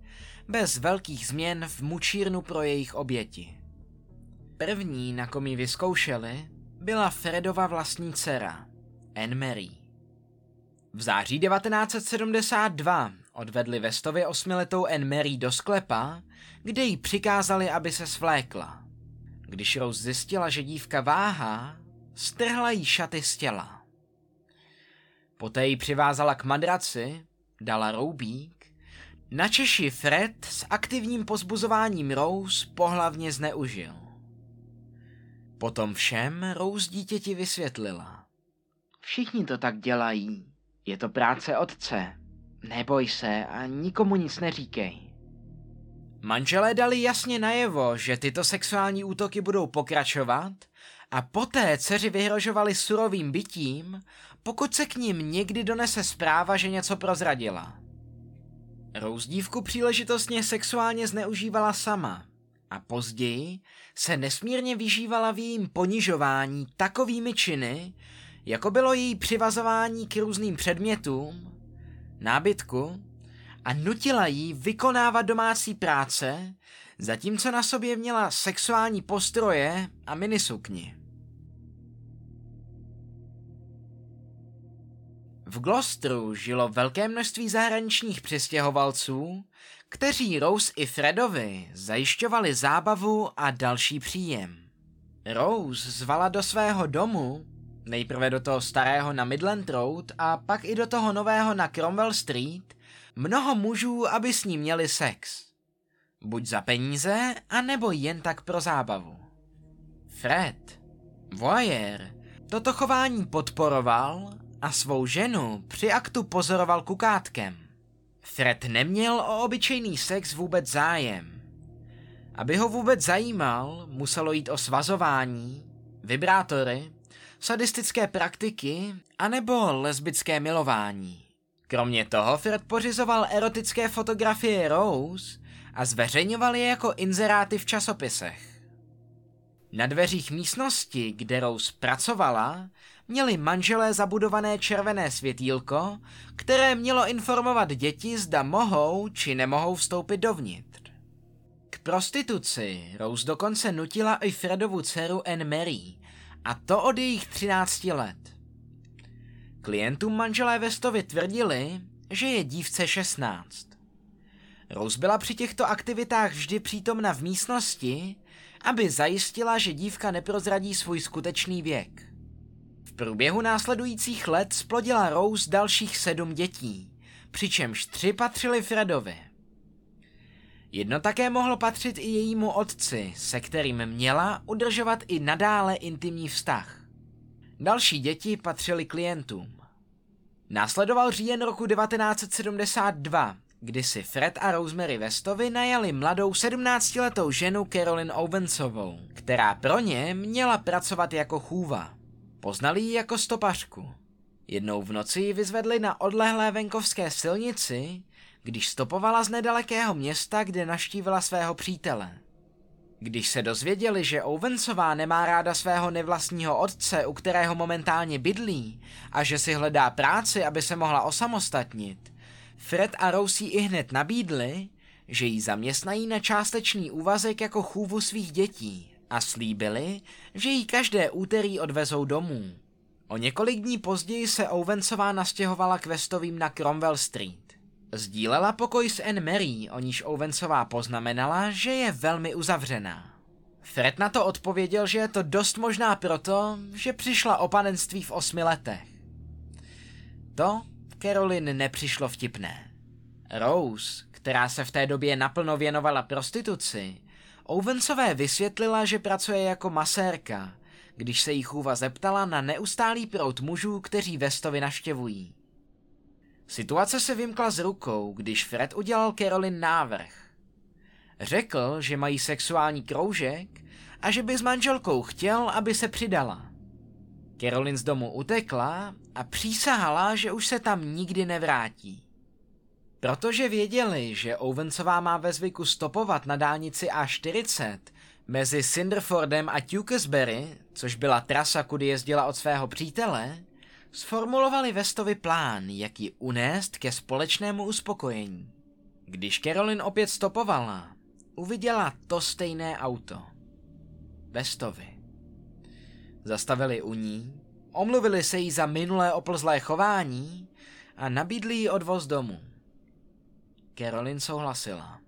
bez velkých změn v mučírnu pro jejich oběti. První, na kom ji vyzkoušeli, byla Fredova vlastní dcera, Anne Mary. V září 1972 odvedli Westově 8letou Anne Mary do sklepa, kde jí přikázali, aby se svlékla. Když Rose zjistila, že dívka váhá, strhla jí šaty z těla. Poté ji přivázala k madraci, dala roubík, načež ji Fred s aktivním pozbuzováním Rose pohlavně zneužil. Potom všem Rose dítěti vysvětlila. Všichni to tak dělají. Je to práce otce. Neboj se a nikomu nic neříkej. Manželé dali jasně najevo, že tyto sexuální útoky budou pokračovat a poté dceři vyhrožovali surovým bitím, pokud se k ním někdy donese zpráva, že něco prozradila. Rose dívku příležitostně sexuálně zneužívala sama a později se nesmírně vyžívala v jejím ponižování takovými činy, jako bylo její přivazování k různým předmětům, nábytku a nutila jí vykonávat domácí práce, zatímco na sobě měla sexuální postroje a minisukni. V Gloucesteru žilo velké množství zahraničních přistěhovalců, kteří Rose i Fredovi zajišťovali zábavu a další příjem. Rose zvala do svého domu, nejprve do toho starého na Midland Road a pak i do toho nového na Cromwell Street, mnoho mužů, aby s ní měli sex. Buď za peníze, anebo jen tak pro zábavu. Fred, voyeur, toto chování podporoval a svou ženu při aktu pozoroval kukátkem. Fred neměl o obyčejný sex vůbec zájem. Aby ho vůbec zajímal, muselo jít o svazování, vibrátory, sadistické praktiky anebo lesbické milování. Kromě toho Fred pořizoval erotické fotografie Rose a zveřejňoval je jako inzeráty v časopisech. Na dveřích místnosti, kde Rose pracovala, měli manželé zabudované červené světýlko, které mělo informovat děti, zda mohou či nemohou vstoupit dovnitř. K prostituci Rose dokonce nutila i Fredovu dceru Anne Mary, a to od jejich 13 let. Klientům manželé Westovi tvrdili, že je dívce 16. Rose byla při těchto aktivitách vždy přítomna v místnosti, aby zajistila, že dívka neprozradí svůj skutečný věk. V průběhu následujících let splodila Rose dalších 7 dětí, přičemž 3 patřily Fredovi. Jedno také mohlo patřit i jejímu otci, se kterým měla udržovat i nadále intimní vztah. Další děti patřily klientům. Následoval říjen roku 1972, kdy si Fred a Rosemary Westovi najali mladou 17letou ženu Carolyn Owensovou, která pro ně měla pracovat jako chůva. Poznali ji jako stopařku. Jednou v noci ji vyzvedli na odlehlé venkovské silnici, když stopovala z nedalekého města, kde navštívila svého přítele. Když se dozvěděli, že Owensová nemá ráda svého nevlastního otce, u kterého momentálně bydlí, a že si hledá práci, aby se mohla osamostatnit, Fred a Rose jí ihned nabídli, že ji zaměstnají na částečný úvazek jako chůvu svých dětí a slíbili, že ji každé úterý odvezou domů. O několik dní později se Owensová nastěhovala k Westovým na Cromwell Street. Sdílela pokoj s Anne Mary, o níž Owensová poznamenala, že je velmi uzavřená. Fred na to odpověděl, že je to dost možná proto, že přišla o panenství v 8 letech. To Carolyn nepřišlo vtipné. Rose, která se v té době naplno věnovala prostituci, Owensové vysvětlila, že pracuje jako masérka, když se jí chůva zeptala na neustálý proud mužů, kteří Westovi navštěvují. Situace se vymkla z rukou, když Fred udělal Carolyn návrh. Řekl, že mají sexuální kroužek a že by s manželkou chtěl, aby se přidala. Carolyn z domu utekla a přísahala, že už se tam nikdy nevrátí. Protože věděli, že Owensová má ve zvyku stopovat na dálnici A40 mezi Cinderfordem a Tewkesbury, což byla trasa, kudy jezdila od svého přítele, sformulovali Westovi plán, jak ji unést ke společnému uspokojení. Když Carolyn opět stopovala, uviděla to stejné auto. Westovi. Zastavili u ní, omluvili se jí za minulé oplzlé chování a nabídli jí odvoz domů. Carolyn souhlasila.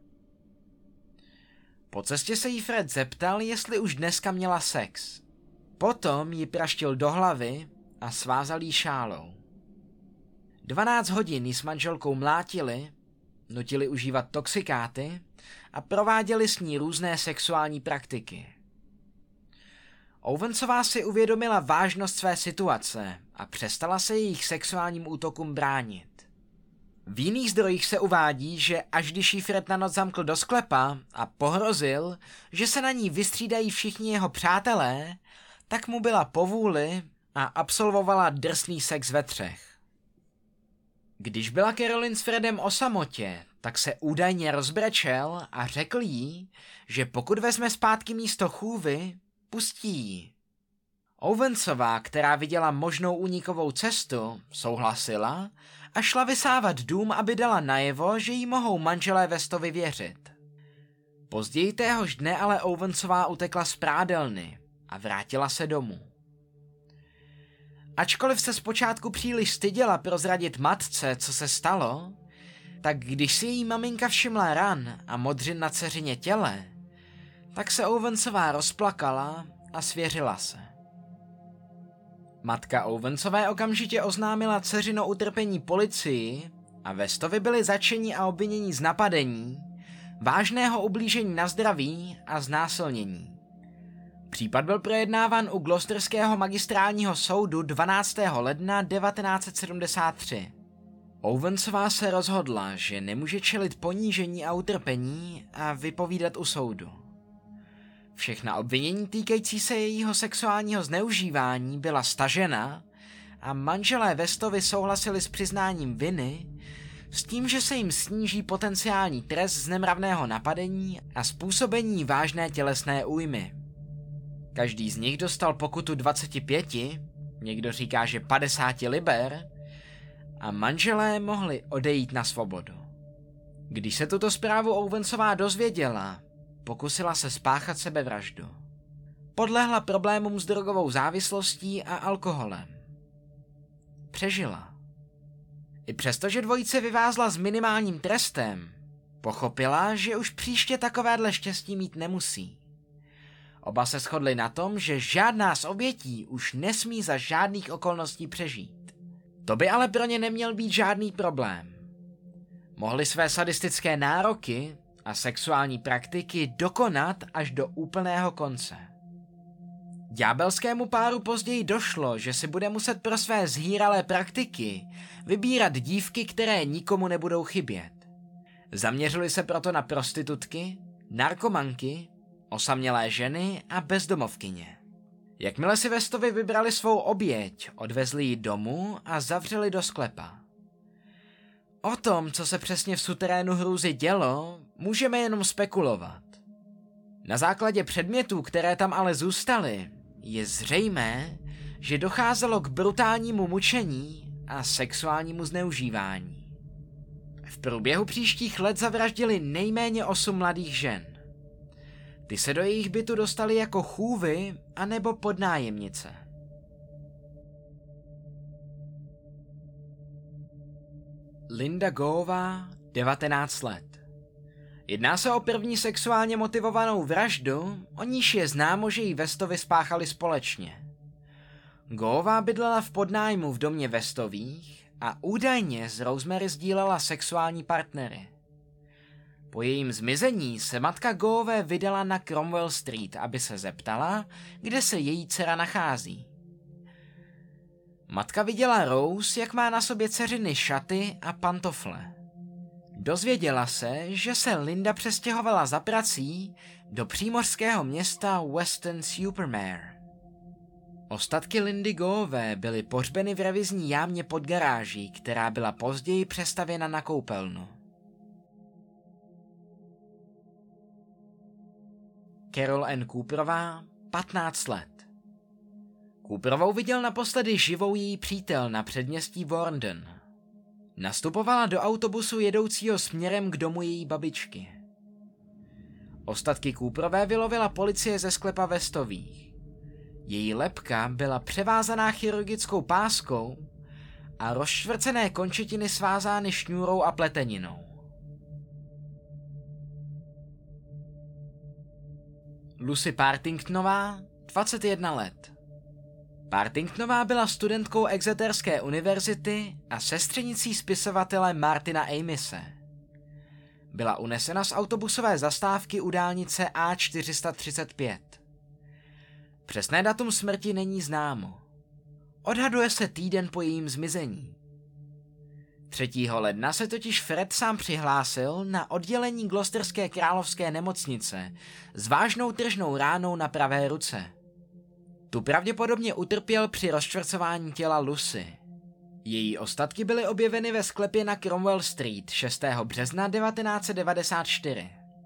Po cestě se jí Fred zeptal, jestli už dneska měla sex. Potom ji praštil do hlavy a svázal jí šálou. 12 hodin ji s manželkou mlátili, nutili užívat toxikáty a prováděli s ní různé sexuální praktiky. Owensová si uvědomila vážnost své situace a přestala se jejich sexuálním útokům bránit. V jiných zdrojích se uvádí, že až když jí Fred na noc zamkl do sklepa a pohrozil, že se na ní vystřídají všichni jeho přátelé, tak mu byla po vůli a absolvovala drsný sex ve třech. Když byla Carolyn s Fredem o samotě, tak se údajně rozbrečel a řekl jí, že pokud vezme zpátky místo chůvy, pustí ji. Owensová, která viděla možnou únikovou cestu, souhlasila a šla vysávat dům, aby dala najevo, že jí mohou manželé Westovi věřit. Později téhož dne ale Owensová utekla z prádelny a vrátila se domů. Ačkoliv se zpočátku příliš styděla prozradit matce, co se stalo, tak když si její maminka všimla ran a modřin na dceřině těle, tak se Owensová rozplakala a svěřila se. Matka Owensové okamžitě oznámila dceřino utrpení policii a Westovi byli zatčeni a obviněni z napadení, vážného ublížení na zdraví a znásilnění. Případ byl projednáván u Gloucesterského magistrátního soudu 12. ledna 1973. Owensová se rozhodla, že nemůže čelit ponížení a utrpení a vypovídat u soudu. Všechna obvinění týkající se jejího sexuálního zneužívání byla stažena a manželé Westovi souhlasili s přiznáním viny s tím, že se jim sníží potenciální trest z nemravného napadení a způsobení vážné tělesné újmy. Každý z nich dostal pokutu 25, někdo říká, že 50 liber, a manželé mohli odejít na svobodu. Když se tuto zprávu Owensová dozvěděla, pokusila se spáchat sebevraždu. Podlehla problémům s drogovou závislostí a alkoholem. Přežila. I přesto, že dvojice vyvázla s minimálním trestem, pochopila, že už příště takovéhle štěstí mít nemusí. Oba se shodli na tom, že žádná z obětí už nesmí za žádných okolností přežít. To by ale pro ně neměl být žádný problém. Mohli své sadistické nároky a sexuální praktiky dokonat až do úplného konce. Ďábelskému páru později došlo, že si bude muset pro své zhýralé praktiky vybírat dívky, které nikomu nebudou chybět. Zaměřili se proto na prostitutky, narkomanky, osamělé ženy a bezdomovkyně. Jakmile si Westovi vybrali svou oběť, odvezli ji domů a zavřeli do sklepa. O tom, co se přesně v suterénu hrůzy dělo, můžeme jenom spekulovat. Na základě předmětů, které tam ale zůstaly, je zřejmé, že docházelo k brutálnímu mučení a sexuálnímu zneužívání. V průběhu příštích let zavraždili nejméně 8 mladých žen. Ty se do jejich bytu dostali jako chůvy anebo podnájemnice. Linda Goová, 19 let. Jedná se o první sexuálně motivovanou vraždu, o níž je známo, že ji Westovi spáchali společně. Goová bydlela v podnájmu v domě Westových a údajně s Rosemary sdílela sexuální partnery. Po jejím zmizení se matka Goové vydala na Cromwell Street, aby se zeptala, kde se její dcera nachází. Matka viděla Rose, jak má na sobě dceřiny šaty a pantofle. Dozvěděla se, že se Linda přestěhovala za prací do přímořského města Weston-super-Mare. Ostatky Lindy Goové byly pohřbeny v revizní jámě pod garáží, která byla později přestavěna na koupelnu. Carol Ann Cooperová, 15 let. Cooperovou viděl naposledy živou její přítel na předměstí Warndon. Nastupovala do autobusu jedoucího směrem k domu její babičky. Ostatky Cooperové vylovila policie ze sklepa ve Stovích. Její lebka byla převázaná chirurgickou páskou a rozšvrcené končetiny svázány šňůrou a pleteninou. Lucy Partingtonová, 21 let. Partingtonová byla studentkou Exeterské univerzity a sestřenicí spisovatele Martina Amise. Byla unesena z autobusové zastávky u dálnice A435. Přesné datum smrti není známo. Odhaduje se týden po jejím zmizení. 3. ledna se totiž Fred sám přihlásil na oddělení Gloucesterské královské nemocnice s vážnou tržnou ránou na pravé ruce. Tu pravděpodobně utrpěl při rozčtvrcování těla Lucy. Její ostatky byly objeveny ve sklepě na Cromwell Street 6. března 1994.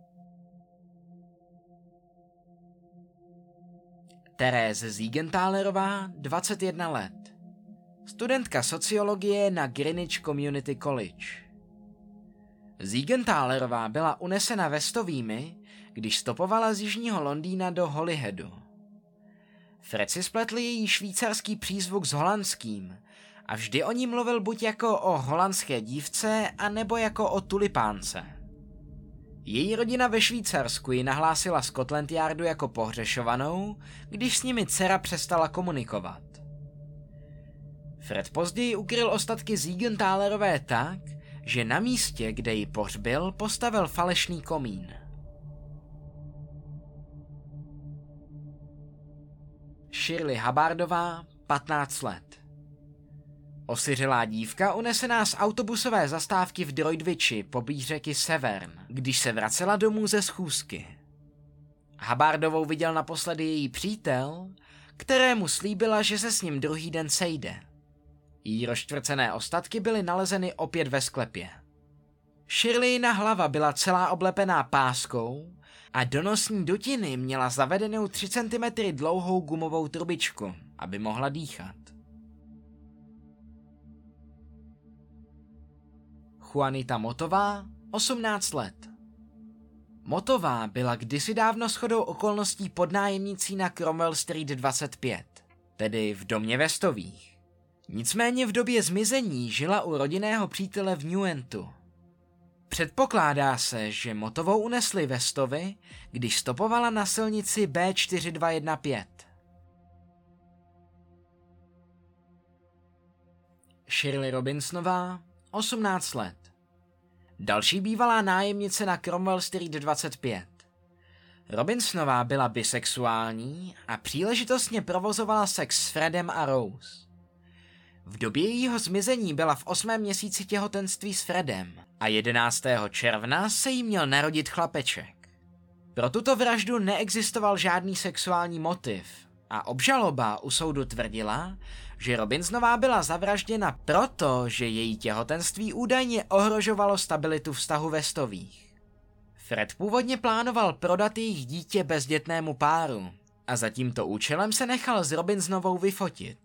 Therese Siegenthalerová, 21 let. Studentka sociologie na Greenwich Community College. Siegenthalerová byla unesena ve Stovými, když stopovala z jižního Londýna do Holyheadu. Fred si spletl její švýcarský přízvuk s holandským a vždy o ní mluvil buď jako o holandské dívce, anebo jako o tulipánce. Její rodina ve Švýcarsku ji nahlásila Scotland Yardu jako pohřešovanou, když s nimi dcera přestala komunikovat. Fred později ukryl ostatky Siegenthalerové tak, že na místě, kde ji pohřbil, postavil falešný komín. Shirley Hubbardová, 15 let. Osiřelá dívka unesená z autobusové zastávky v Droitwichi poblíž řeky Severn, když se vracela domů ze schůzky. Hubbardovou viděl naposledy její přítel, kterému slíbila, že se s ním druhý den sejde. Její rozčtvrcené ostatky byly nalezeny opět ve sklepě. Shirleyina hlava byla celá oblepená páskou a do nosní dutiny měla zavedenou 3 cm dlouhou gumovou trubičku, aby mohla dýchat. Juanita Mottová, 18 let. Mottová byla kdysi dávno shodou okolností podnájemnicí na Cromwell Street 25, tedy v domě ve Stovích. Nicméně v době zmizení žila u rodinného přítele v Newentu. Předpokládá se, že Mottovou unesli ve Stovy, když stopovala na silnici B4215. Shirley Robinsonová, 18 let. Další bývalá nájemnice na Cromwell Street 25. Robinsonová byla bisexuální a příležitostně provozovala sex s Fredem a Rose. V době jejího zmizení byla v 8. měsíci těhotenství s Fredem a 11. června se jí měl narodit chlapeček. Pro tuto vraždu neexistoval žádný sexuální motiv a obžaloba u soudu tvrdila, že Robinsonová byla zavražděna proto, že její těhotenství údajně ohrožovalo stabilitu vztahu ve Stovích. Fred původně plánoval prodat jejich dítě bezdětnému páru a za tímto účelem se nechal s Robinsonovou vyfotit.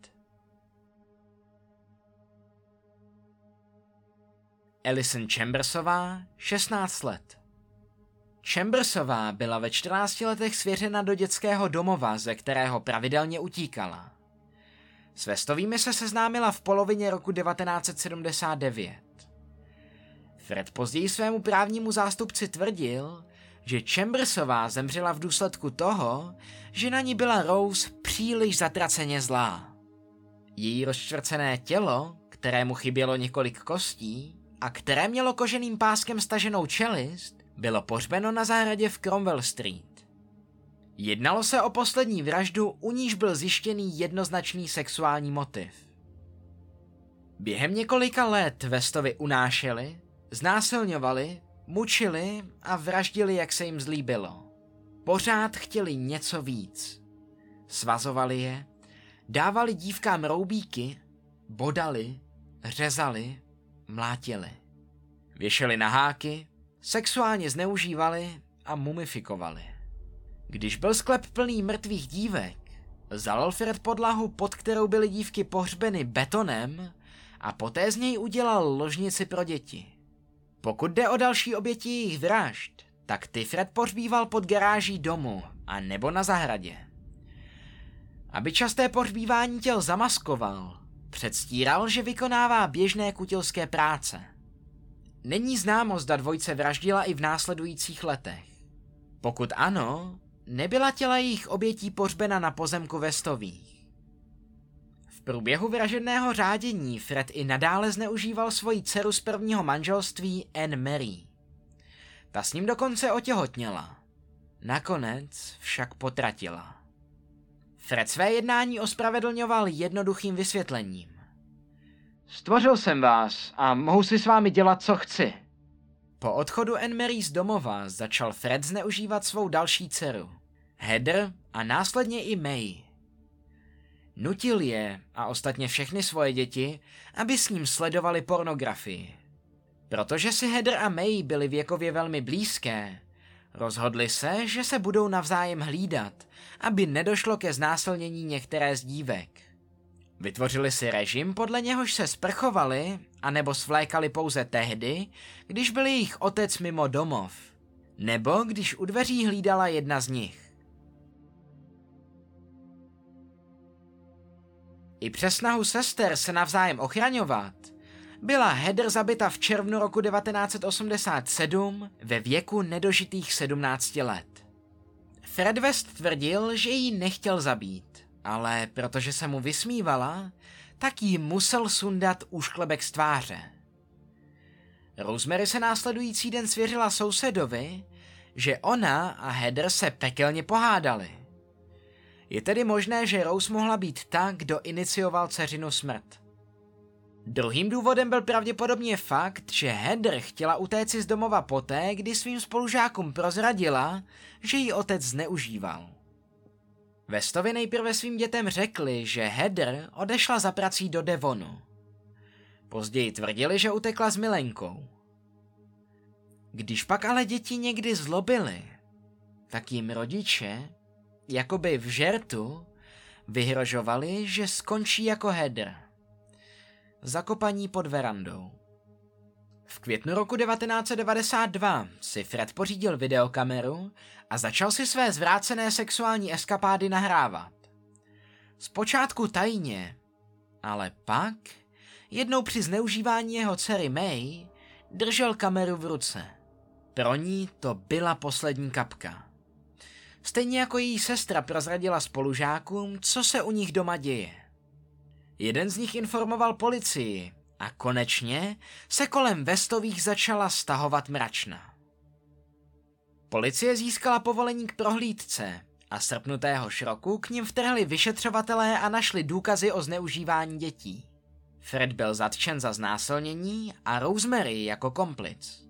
Alison Chambersová, 16 let. Chambersová byla ve 14 letech svěřena do dětského domova, ze kterého pravidelně utíkala. S Westovými se seznámila v polovině roku 1979. Fred později svému právnímu zástupci tvrdil, že Chambersová zemřela v důsledku toho, že na ní byla Rose příliš zatraceně zlá. Její rozčtvrcené tělo, kterému chybělo několik kostí a které mělo koženým páskem staženou čelist, bylo pohřbeno na zahradě v Cromwell Street. Jednalo se o poslední vraždu, u níž byl zjištěný jednoznačný sexuální motiv. Během několika let Westovi unášeli, znásilňovali, mučili a vraždili, jak se jim zlíbilo. Pořád chtěli něco víc. Svazovali je, dávali dívkám roubíky, bodali, řezali, mlátili. Věšeli na háky, sexuálně zneužívali a mumifikovali. Když byl sklep plný mrtvých dívek, zalil Fred podlahu, pod kterou byly dívky pohřbeny, betonem a poté z něj udělal ložnici pro děti. Pokud jde o další oběti jejich vražd, tak ty Fred pohřbíval pod garáží domu a nebo na zahradě. Aby časté pohřbívání těl zamaskoval, předstíral, že vykonává běžné kutilské práce. Není známo, zda dvojce vraždila i v následujících letech. Pokud ano, nebyla těla jejich obětí pohřbena na pozemku Westových. V průběhu vražedného řádění Fred i nadále zneužíval svoji dceru z prvního manželství Anne Mary. Ta s ním dokonce otěhotněla. Nakonec však potratila. Fred své jednání ospravedlňoval jednoduchým vysvětlením. Stvořil jsem vás a mohu si s vámi dělat, co chci. Po odchodu Anne Mary z domova začal Fred zneužívat svou další dceru, Heather, a následně i May. Nutil je a ostatně všechny svoje děti, aby s ním sledovali pornografii. Protože si Heather a May byly věkově velmi blízké, rozhodli se, že se budou navzájem hlídat, aby nedošlo ke znásilnění některé z dívek. Vytvořili si režim, podle něhož se sprchovali anebo svlékali pouze tehdy, když byl jejich otec mimo domov, nebo když u dveří hlídala jedna z nich. I přes snahu sester se navzájem ochraňovat, byla Heather zabita v červnu roku 1987 ve věku nedožitých 17 let. Fred West tvrdil, že ji nechtěl zabít, ale protože se mu vysmívala, tak jí musel sundat úšklebek z tváře. Rosemary se následující den svěřila sousedovi, že ona a Heather se pekelně pohádali. Je tedy možné, že Rose mohla být ta, kdo inicioval dceřinu smrt. Druhým důvodem byl pravděpodobně fakt, že Heather chtěla utéci z domova poté, kdy svým spolužákům prozradila, že jí otec zneužíval. Westovi nejprve svým dětem řekli, že Heather odešla za prací do Devonu. Později tvrdili, že utekla s milenkou. Když pak ale děti někdy zlobily, tak jim rodiče, jakoby v žertu, vyhrožovali, že skončí jako Heather. Zakopaní pod verandou. V květnu roku 1992 si Fred pořídil videokameru a začal si své zvrácené sexuální eskapády nahrávat. Zpočátku tajně, ale pak, jednou při zneužívání jeho dcery May, držel kameru v ruce. Pro ní to byla poslední kapka. Stejně jako její sestra prozradila spolužákům, co se u nich doma děje. Jeden z nich informoval policii a konečně se kolem Westových začala stahovat mračna. Policie získala povolení k prohlídce a srpnu téhož roku k nim vtrhli vyšetřovatelé a našli důkazy o zneužívání dětí. Fred byl zatčen za znásilnění a Rosemary jako komplic.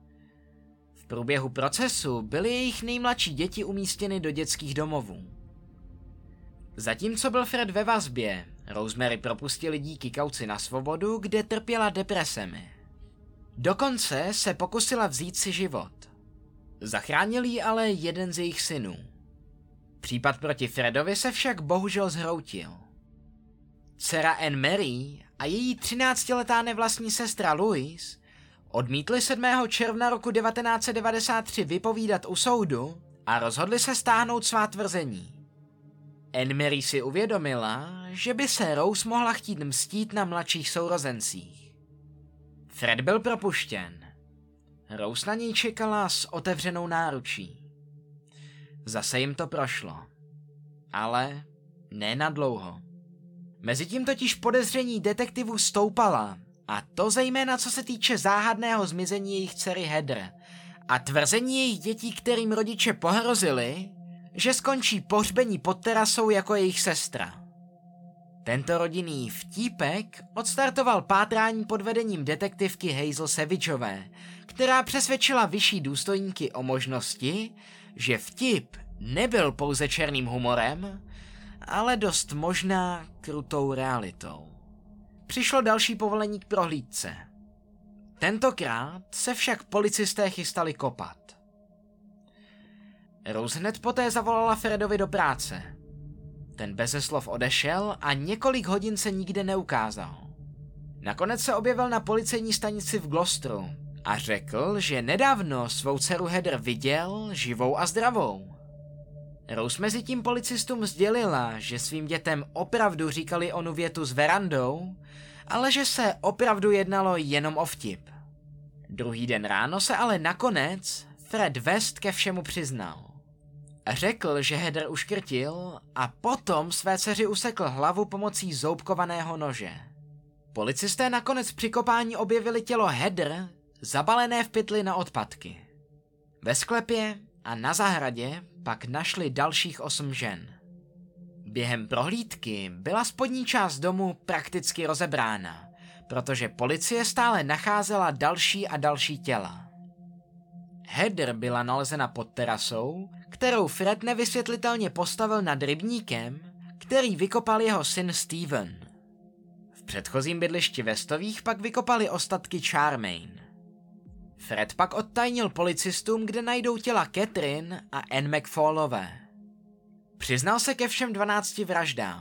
V průběhu procesu byly jejich nejmladší děti umístěny do dětských domovů. Zatímco byl Fred ve vazbě, Rosemary propustili díky kauci na svobodu, kde trpěla depresemi. Dokonce se pokusila vzít si život. Zachránil jí ale jeden z jejich synů. Případ proti Fredovi se však bohužel zhroutil. Dcera Anne Mary a její 13letá nevlastní sestra Louise odmítli 7. června roku 1993 vypovídat u soudu a rozhodli se stáhnout svá tvrzení. Anne Mary si uvědomila, že by se Rose mohla chtít mstít na mladších sourozencích. Fred byl propuštěn. Rose na něj čekala s otevřenou náručí. Zase jim to prošlo. Ale ne na dlouho. Mezitím totiž podezření detektivů stoupala, a to zejména co se týče záhadného zmizení jejich dcery Heather a tvrzení jejich dětí, kterým rodiče pohrozili, že skončí pohřbení pod terasou jako jejich sestra. Tento rodinný vtípek odstartoval pátrání pod vedením detektivky Hazel Savageové, která přesvědčila vyšší důstojníky o možnosti, že vtip nebyl pouze černým humorem, ale dost možná krutou realitou. Přišlo další povolení k prohlídce. Tentokrát se však policisté chystali kopat. Rose hned poté zavolala Fredovi do práce. Ten beze slov odešel a několik hodin se nikde neukázal. Nakonec se objevil na policejní stanici v Gloucesteru a řekl, že nedávno svou dceru Heather viděl živou a zdravou. Rose mezi tím policistům sdělila, že svým dětem opravdu říkali onu větu s verandou, ale že se opravdu jednalo jenom o vtip. Druhý den ráno se ale nakonec Fred West ke všemu přiznal. Řekl, že Heather uškrtil a potom své dceři usekl hlavu pomocí zoubkovaného nože. Policisté nakonec při kopání objevili tělo Heather zabalené v pytli na odpadky. Ve sklepě a na zahradě pak našli dalších 8 žen. Během prohlídky byla spodní část domu prakticky rozebrána, protože policie stále nacházela další a další těla. Heather byla nalezena pod terasou, kterou Fred nevysvětlitelně postavil nad rybníkem, který vykopal jeho syn Steven. V předchozím bydlišti Westových pak vykopali ostatky Charmaine. Fred pak odtajnil policistům, kde najdou těla Catherine a Anne McFallové. Přiznal se ke všem 12 vraždám.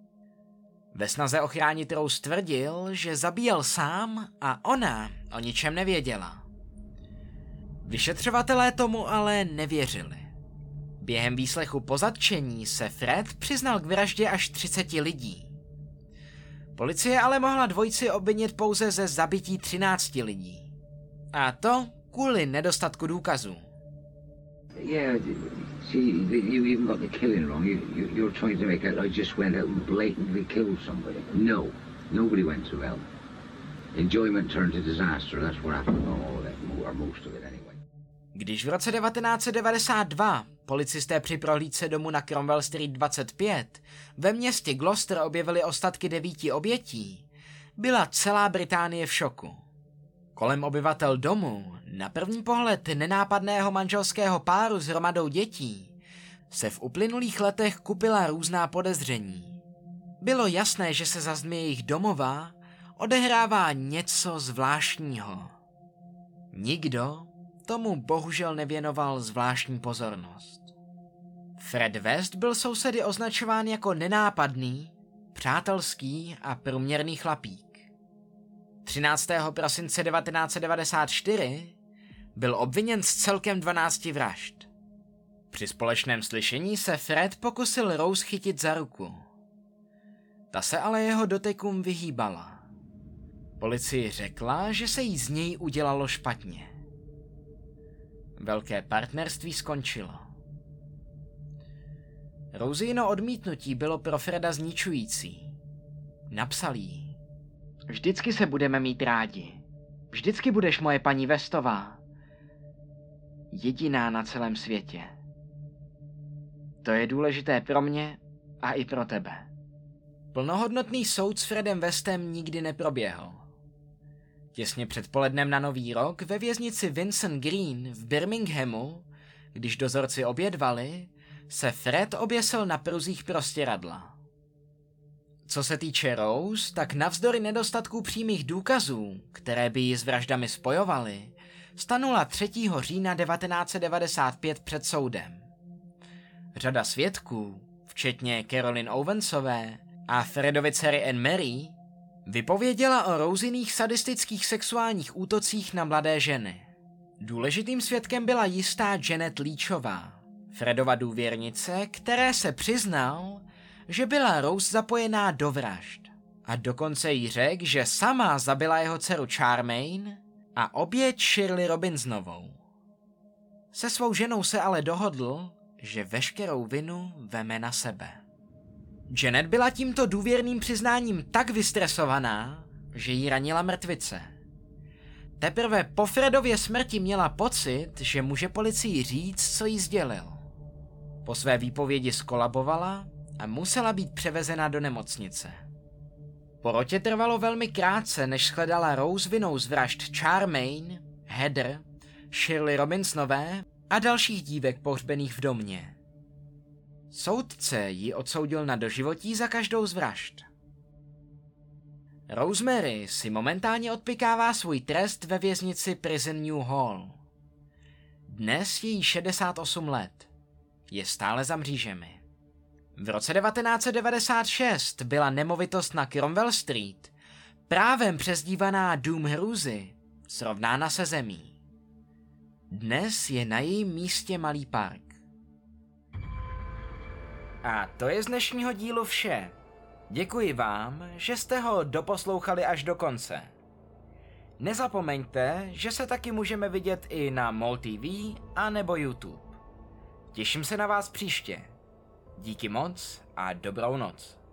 Ve snaze ochránit Rose tvrdil, že zabíjel sám a ona o ničem nevěděla. Vyšetřovatelé tomu ale nevěřili. Během výslechu po zatčení se Fred přiznal k vraždě až 30 lidí. Policie ale mohla dvojici obvinit pouze ze zabití 13 lidí. A to kvůli nedostatku důkazů. Yeah, see, you even got the killing wrong. You're trying to make out I just went out and blatantly killed somebody. No, nobody went to hell. Enjoyment turned to disaster. That's what happened. All that, or most of it anyway. Když v roce 1992 policisté při prohlídce domu na Cromwell Street 25 ve městě Gloucester objevili ostatky 9 obětí, byla celá Británie v šoku. Kolem obyvatel domu, na první pohled nenápadného manželského páru s hromadou dětí, se v uplynulých letech kupila různá podezření. Bylo jasné, že se za zdmi jejich domova odehrává něco zvláštního. Nikdo tomu bohužel nevěnoval zvláštní pozornost. Fred West byl sousedy označován jako nenápadný, přátelský a průměrný chlapík. 13. prosince 1994 byl obviněn z celkem 12 vražd. Při společném slyšení se Fred pokusil Rose chytit za ruku. Ta se ale jeho dotykům vyhýbala. Policii řekla, že se jí z něj udělalo špatně. Velké partnerství skončilo. Rosino odmítnutí bylo pro Freda zničující. Napsal jí: Vždycky se budeme mít rádi. Vždycky budeš moje paní Westová. Jediná na celém světě. To je důležité pro mě a i pro tebe. Plnohodnotný soud s Fredem Westem nikdy neproběhl. Těsně před polednem na Nový rok ve věznici Vincent Green v Birminghamu, když dozorci obědvali, se Fred oběsil na pruzích prostěradla. Co se týče Rose, tak navzdory nedostatku přímých důkazů, které by ji s vraždami spojovaly, stanula 3. října 1995 před soudem. Řada svědků, včetně Carolyn Owensové a Fredovy dcery Anne Mary, vypověděla o Rosiných sadistických sexuálních útocích na mladé ženy. Důležitým svědkem byla jistá Janet Leachová, Fredova důvěrnice, které se přiznal, že byla Rose zapojená do vražd. A dokonce jí řekl, že sama zabila jeho dceru Charmaine a oběť Shirley Robinsonovou. Se svou ženou se ale dohodl, že veškerou vinu veme na sebe. Janet byla tímto důvěrným přiznáním tak vystresovaná, že jí ranila mrtvice. Teprve po Fredově smrti měla pocit, že může policii říct, co jí sdělil. Po své výpovědi skolabovala a musela být převezena do nemocnice. Porotě trvalo velmi krátce, než shledala Rose vinou z vražd Charmaine, Heather, Shirley Robinsonové a dalších dívek pohřbených v domě. Soudce ji odsoudil na doživotí za každou z vražd. Rosemary si momentálně odpykává svůj trest ve věznici Prison New Hall. Dnes je jí 68 let. Je stále za mřížemi. V roce 1996 byla nemovitost na Cromwell Street právem přezdívaná Dům hrůzy, srovnána se zemí. Dnes je na jejím místě malý park. A to je z dnešního dílu vše. Děkuji vám, že jste ho doposlouchali až do konce. Nezapomeňte, že se taky můžeme vidět i na MOL TV a nebo YouTube. Těším se na vás příště. Díky moc a dobrou noc.